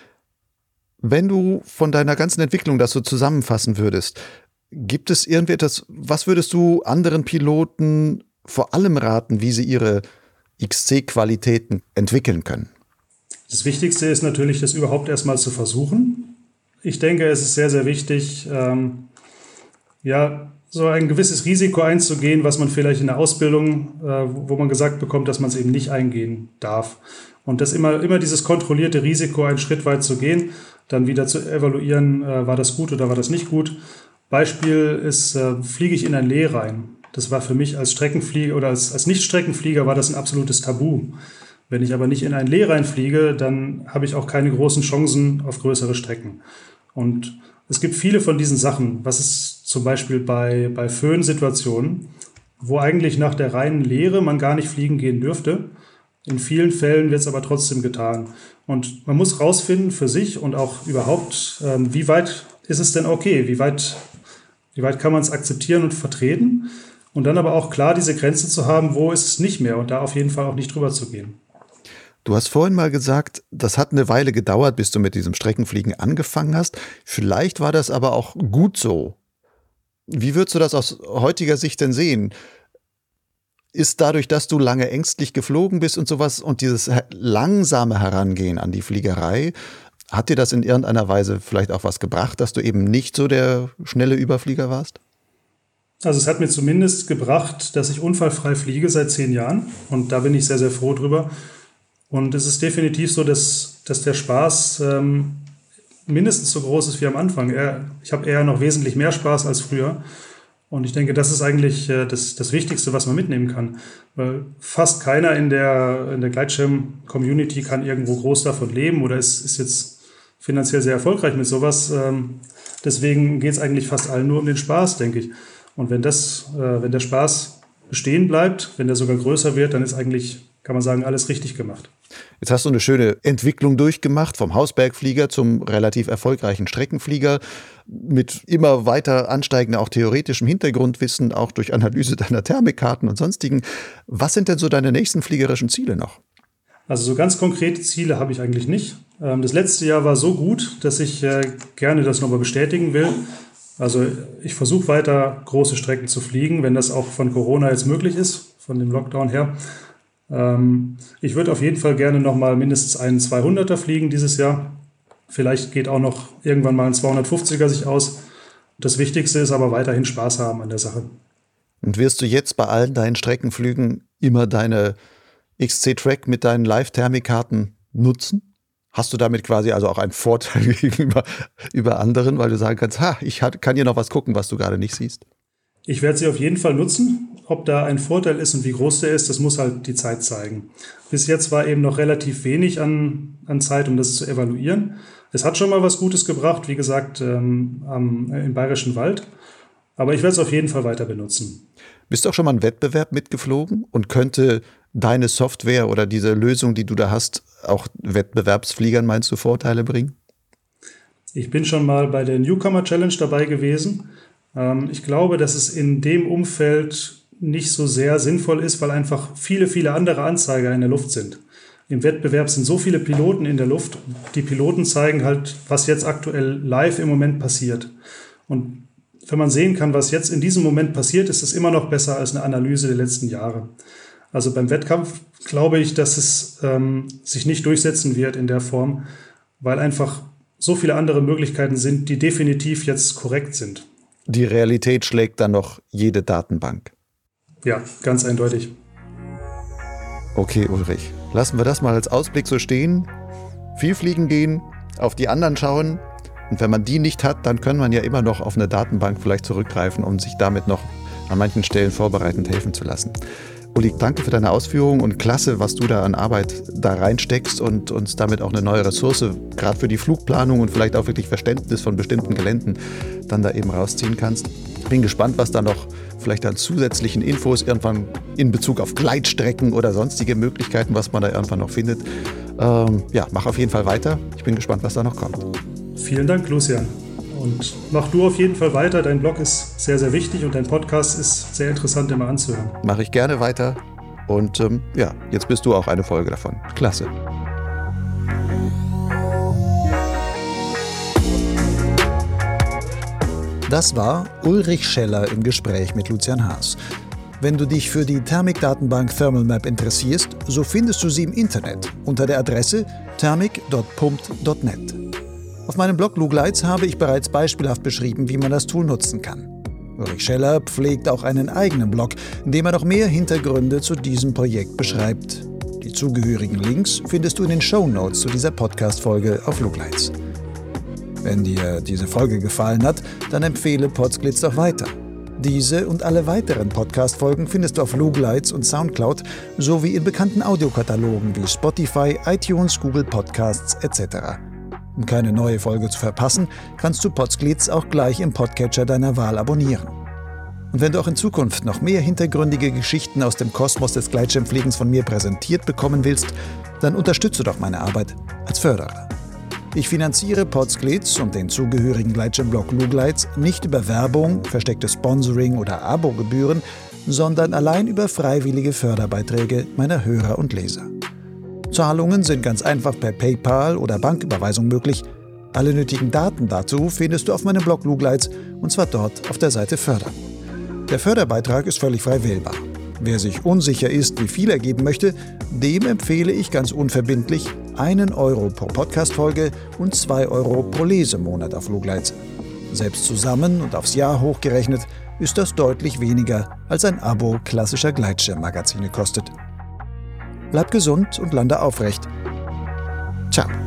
Wenn du von deiner ganzen Entwicklung das so zusammenfassen würdest, gibt es irgendetwas, was würdest du anderen Piloten vor allem raten, wie sie ihre X C-Qualitäten entwickeln können? Das Wichtigste ist natürlich, das überhaupt erstmal zu versuchen. Ich denke, es ist sehr, sehr wichtig, ähm, ja, so ein gewisses Risiko einzugehen, was man vielleicht in der Ausbildung, äh, wo man gesagt bekommt, dass man es eben nicht eingehen darf. Und das immer, immer dieses kontrollierte Risiko, einen Schritt weit zu gehen, dann wieder zu evaluieren, äh, war das gut oder war das nicht gut. Beispiel ist, äh, fliege ich in ein Lee rein. Das war für mich als Streckenflieger oder als, als Nicht-Streckenflieger war das ein absolutes Tabu. Wenn ich aber nicht in ein Lee reinfliege, dann habe ich auch keine großen Chancen auf größere Strecken. Und es gibt viele von diesen Sachen. Was ist zum Beispiel bei, bei Föhn-Situationen, wo eigentlich nach der reinen Lehre man gar nicht fliegen gehen dürfte. In vielen Fällen wird es aber trotzdem getan. Und man muss rausfinden für sich und auch überhaupt, ähm, wie weit ist es denn okay? Wie weit, wie weit kann man es akzeptieren und vertreten? Und dann aber auch klar diese Grenze zu haben, wo ist es nicht mehr und da auf jeden Fall auch nicht drüber zu gehen. Du hast vorhin mal gesagt, das hat eine Weile gedauert, bis du mit diesem Streckenfliegen angefangen hast. Vielleicht war das aber auch gut so. Wie würdest du das aus heutiger Sicht denn sehen? Ist dadurch, dass du lange ängstlich geflogen bist und sowas und dieses langsame Herangehen an die Fliegerei, hat dir das in irgendeiner Weise vielleicht auch was gebracht, dass du eben nicht so der schnelle Überflieger warst? Also es hat mir zumindest gebracht, dass ich unfallfrei fliege seit zehn Jahren und da bin ich sehr, sehr froh drüber. Und es ist definitiv so, dass, dass der Spaß ähm, mindestens so groß ist wie am Anfang. Er, ich habe eher noch wesentlich mehr Spaß als früher. Und ich denke, das ist eigentlich äh, das, das Wichtigste, was man mitnehmen kann. Weil fast keiner in der, in der Gleitschirm-Community kann irgendwo groß davon leben oder ist, ist jetzt finanziell sehr erfolgreich mit sowas. Ähm, deswegen geht es eigentlich fast allen nur um den Spaß, denke ich. Und wenn, das, äh, wenn der Spaß bestehen bleibt, wenn der sogar größer wird, dann ist eigentlich, kann man sagen, alles richtig gemacht. Jetzt hast du eine schöne Entwicklung durchgemacht, vom Hausbergflieger zum relativ erfolgreichen Streckenflieger, mit immer weiter ansteigender auch theoretischem Hintergrundwissen, auch durch Analyse deiner Thermikkarten und sonstigen. Was sind denn so deine nächsten fliegerischen Ziele noch? Also so ganz konkrete Ziele habe ich eigentlich nicht. Das letzte Jahr war so gut, dass ich gerne das nochmal bestätigen will. Also ich versuche weiter große Strecken zu fliegen, wenn das auch von Corona jetzt möglich ist, von dem Lockdown her. Ich würde auf jeden Fall gerne noch mal mindestens einen zweihunderter fliegen dieses Jahr. Vielleicht geht auch noch irgendwann mal ein zweihundertfünfziger sich aus. Das Wichtigste ist aber weiterhin Spaß haben an der Sache. Und wirst du jetzt bei allen deinen Streckenflügen immer deine X C-Track mit deinen Live-Thermikkarten nutzen? Hast du damit quasi also auch einen Vorteil gegenüber über anderen, weil du sagen kannst, ha, ich kann hier noch was gucken, was du gerade nicht siehst? Ich werde sie auf jeden Fall nutzen. Ob da ein Vorteil ist und wie groß der ist, das muss halt die Zeit zeigen. Bis jetzt war eben noch relativ wenig an, an Zeit, um das zu evaluieren. Es hat schon mal was Gutes gebracht, wie gesagt, ähm, am, im Bayerischen Wald. Aber ich werde es auf jeden Fall weiter benutzen. Bist du auch schon mal einen Wettbewerb mitgeflogen und könnte deine Software oder diese Lösung, die du da hast, auch Wettbewerbsfliegern, meinst du, Vorteile bringen? Ich bin schon mal bei der Newcomer Challenge dabei gewesen. Ähm, ich glaube, dass es in dem Umfeld nicht so sehr sinnvoll ist, weil einfach viele, viele andere Anzeiger in der Luft sind. Im Wettbewerb sind so viele Piloten in der Luft. Die Piloten zeigen halt, was jetzt aktuell live im Moment passiert. Und wenn man sehen kann, was jetzt in diesem Moment passiert, ist es immer noch besser als eine Analyse der letzten Jahre. Also beim Wettkampf glaube ich, dass es ähm, sich nicht durchsetzen wird in der Form, weil einfach so viele andere Möglichkeiten sind, die definitiv jetzt korrekt sind. Die Realität schlägt dann noch jede Datenbank. Ja, ganz eindeutig. Okay, Ulrich, lassen wir das mal als Ausblick so stehen. Viel fliegen gehen, auf die anderen schauen. Und wenn man die nicht hat, dann kann man ja immer noch auf eine Datenbank vielleicht zurückgreifen, um sich damit noch an manchen Stellen vorbereitend helfen zu lassen. Uli, danke für deine Ausführungen und klasse, was du da an Arbeit da reinsteckst und uns damit auch eine neue Ressource, gerade für die Flugplanung und vielleicht auch wirklich Verständnis von bestimmten Geländen, dann da eben rausziehen kannst. Bin gespannt, was da noch vielleicht an zusätzlichen Infos irgendwann in Bezug auf Gleitstrecken oder sonstige Möglichkeiten, was man da irgendwann noch findet. Ähm, ja, mach auf jeden Fall weiter. Ich bin gespannt, was da noch kommt. Vielen Dank, Lucian. Und mach du auf jeden Fall weiter. Dein Blog ist sehr, sehr wichtig und dein Podcast ist sehr interessant immer anzuhören. Mache ich gerne weiter. Und ähm, ja, jetzt bist du auch eine Folge davon. Klasse. Das war Ulrich Scheller im Gespräch mit Lucian Haas. Wenn du dich für die Thermikdatenbank ThermalMap interessierst, so findest du sie im Internet unter der Adresse thermik punkt pumpt punkt net. Auf meinem Blog Lugleitz habe ich bereits beispielhaft beschrieben, wie man das Tool nutzen kann. Ulrich Scheller pflegt auch einen eigenen Blog, in dem er noch mehr Hintergründe zu diesem Projekt beschreibt. Die zugehörigen Links findest du in den Shownotes zu dieser Podcast-Folge auf Lugleitz. Wenn dir diese Folge gefallen hat, dann empfehle Podsglitz doch weiter. Diese und alle weiteren Podcast-Folgen findest du auf Lugleitz und Soundcloud sowie in bekannten Audiokatalogen wie Spotify, iTunes, Google Podcasts et cetera. Um keine neue Folge zu verpassen, kannst du Podsglitz auch gleich im Podcatcher deiner Wahl abonnieren. Und wenn du auch in Zukunft noch mehr hintergründige Geschichten aus dem Kosmos des Gleitschirmfliegens von mir präsentiert bekommen willst, dann unterstütze doch meine Arbeit als Förderer. Ich finanziere Podsglitz und den zugehörigen Gleitschirmblog Lugleitz nicht über Werbung, verstecktes Sponsoring oder Abogebühren, sondern allein über freiwillige Förderbeiträge meiner Hörer und Leser. Zahlungen sind ganz einfach per PayPal oder Banküberweisung möglich. Alle nötigen Daten dazu findest du auf meinem Blog Lugleitz und zwar dort auf der Seite Fördern. Der Förderbeitrag ist völlig frei wählbar. Wer sich unsicher ist, wie viel er geben möchte, dem empfehle ich ganz unverbindlich einen Euro pro Podcast-Folge und zwei Euro pro Lesemonat auf Lugleitz. Selbst zusammen und aufs Jahr hochgerechnet ist das deutlich weniger, als ein Abo klassischer Gleitschirm-Magazine kostet. Bleib gesund und lande aufrecht. Ciao.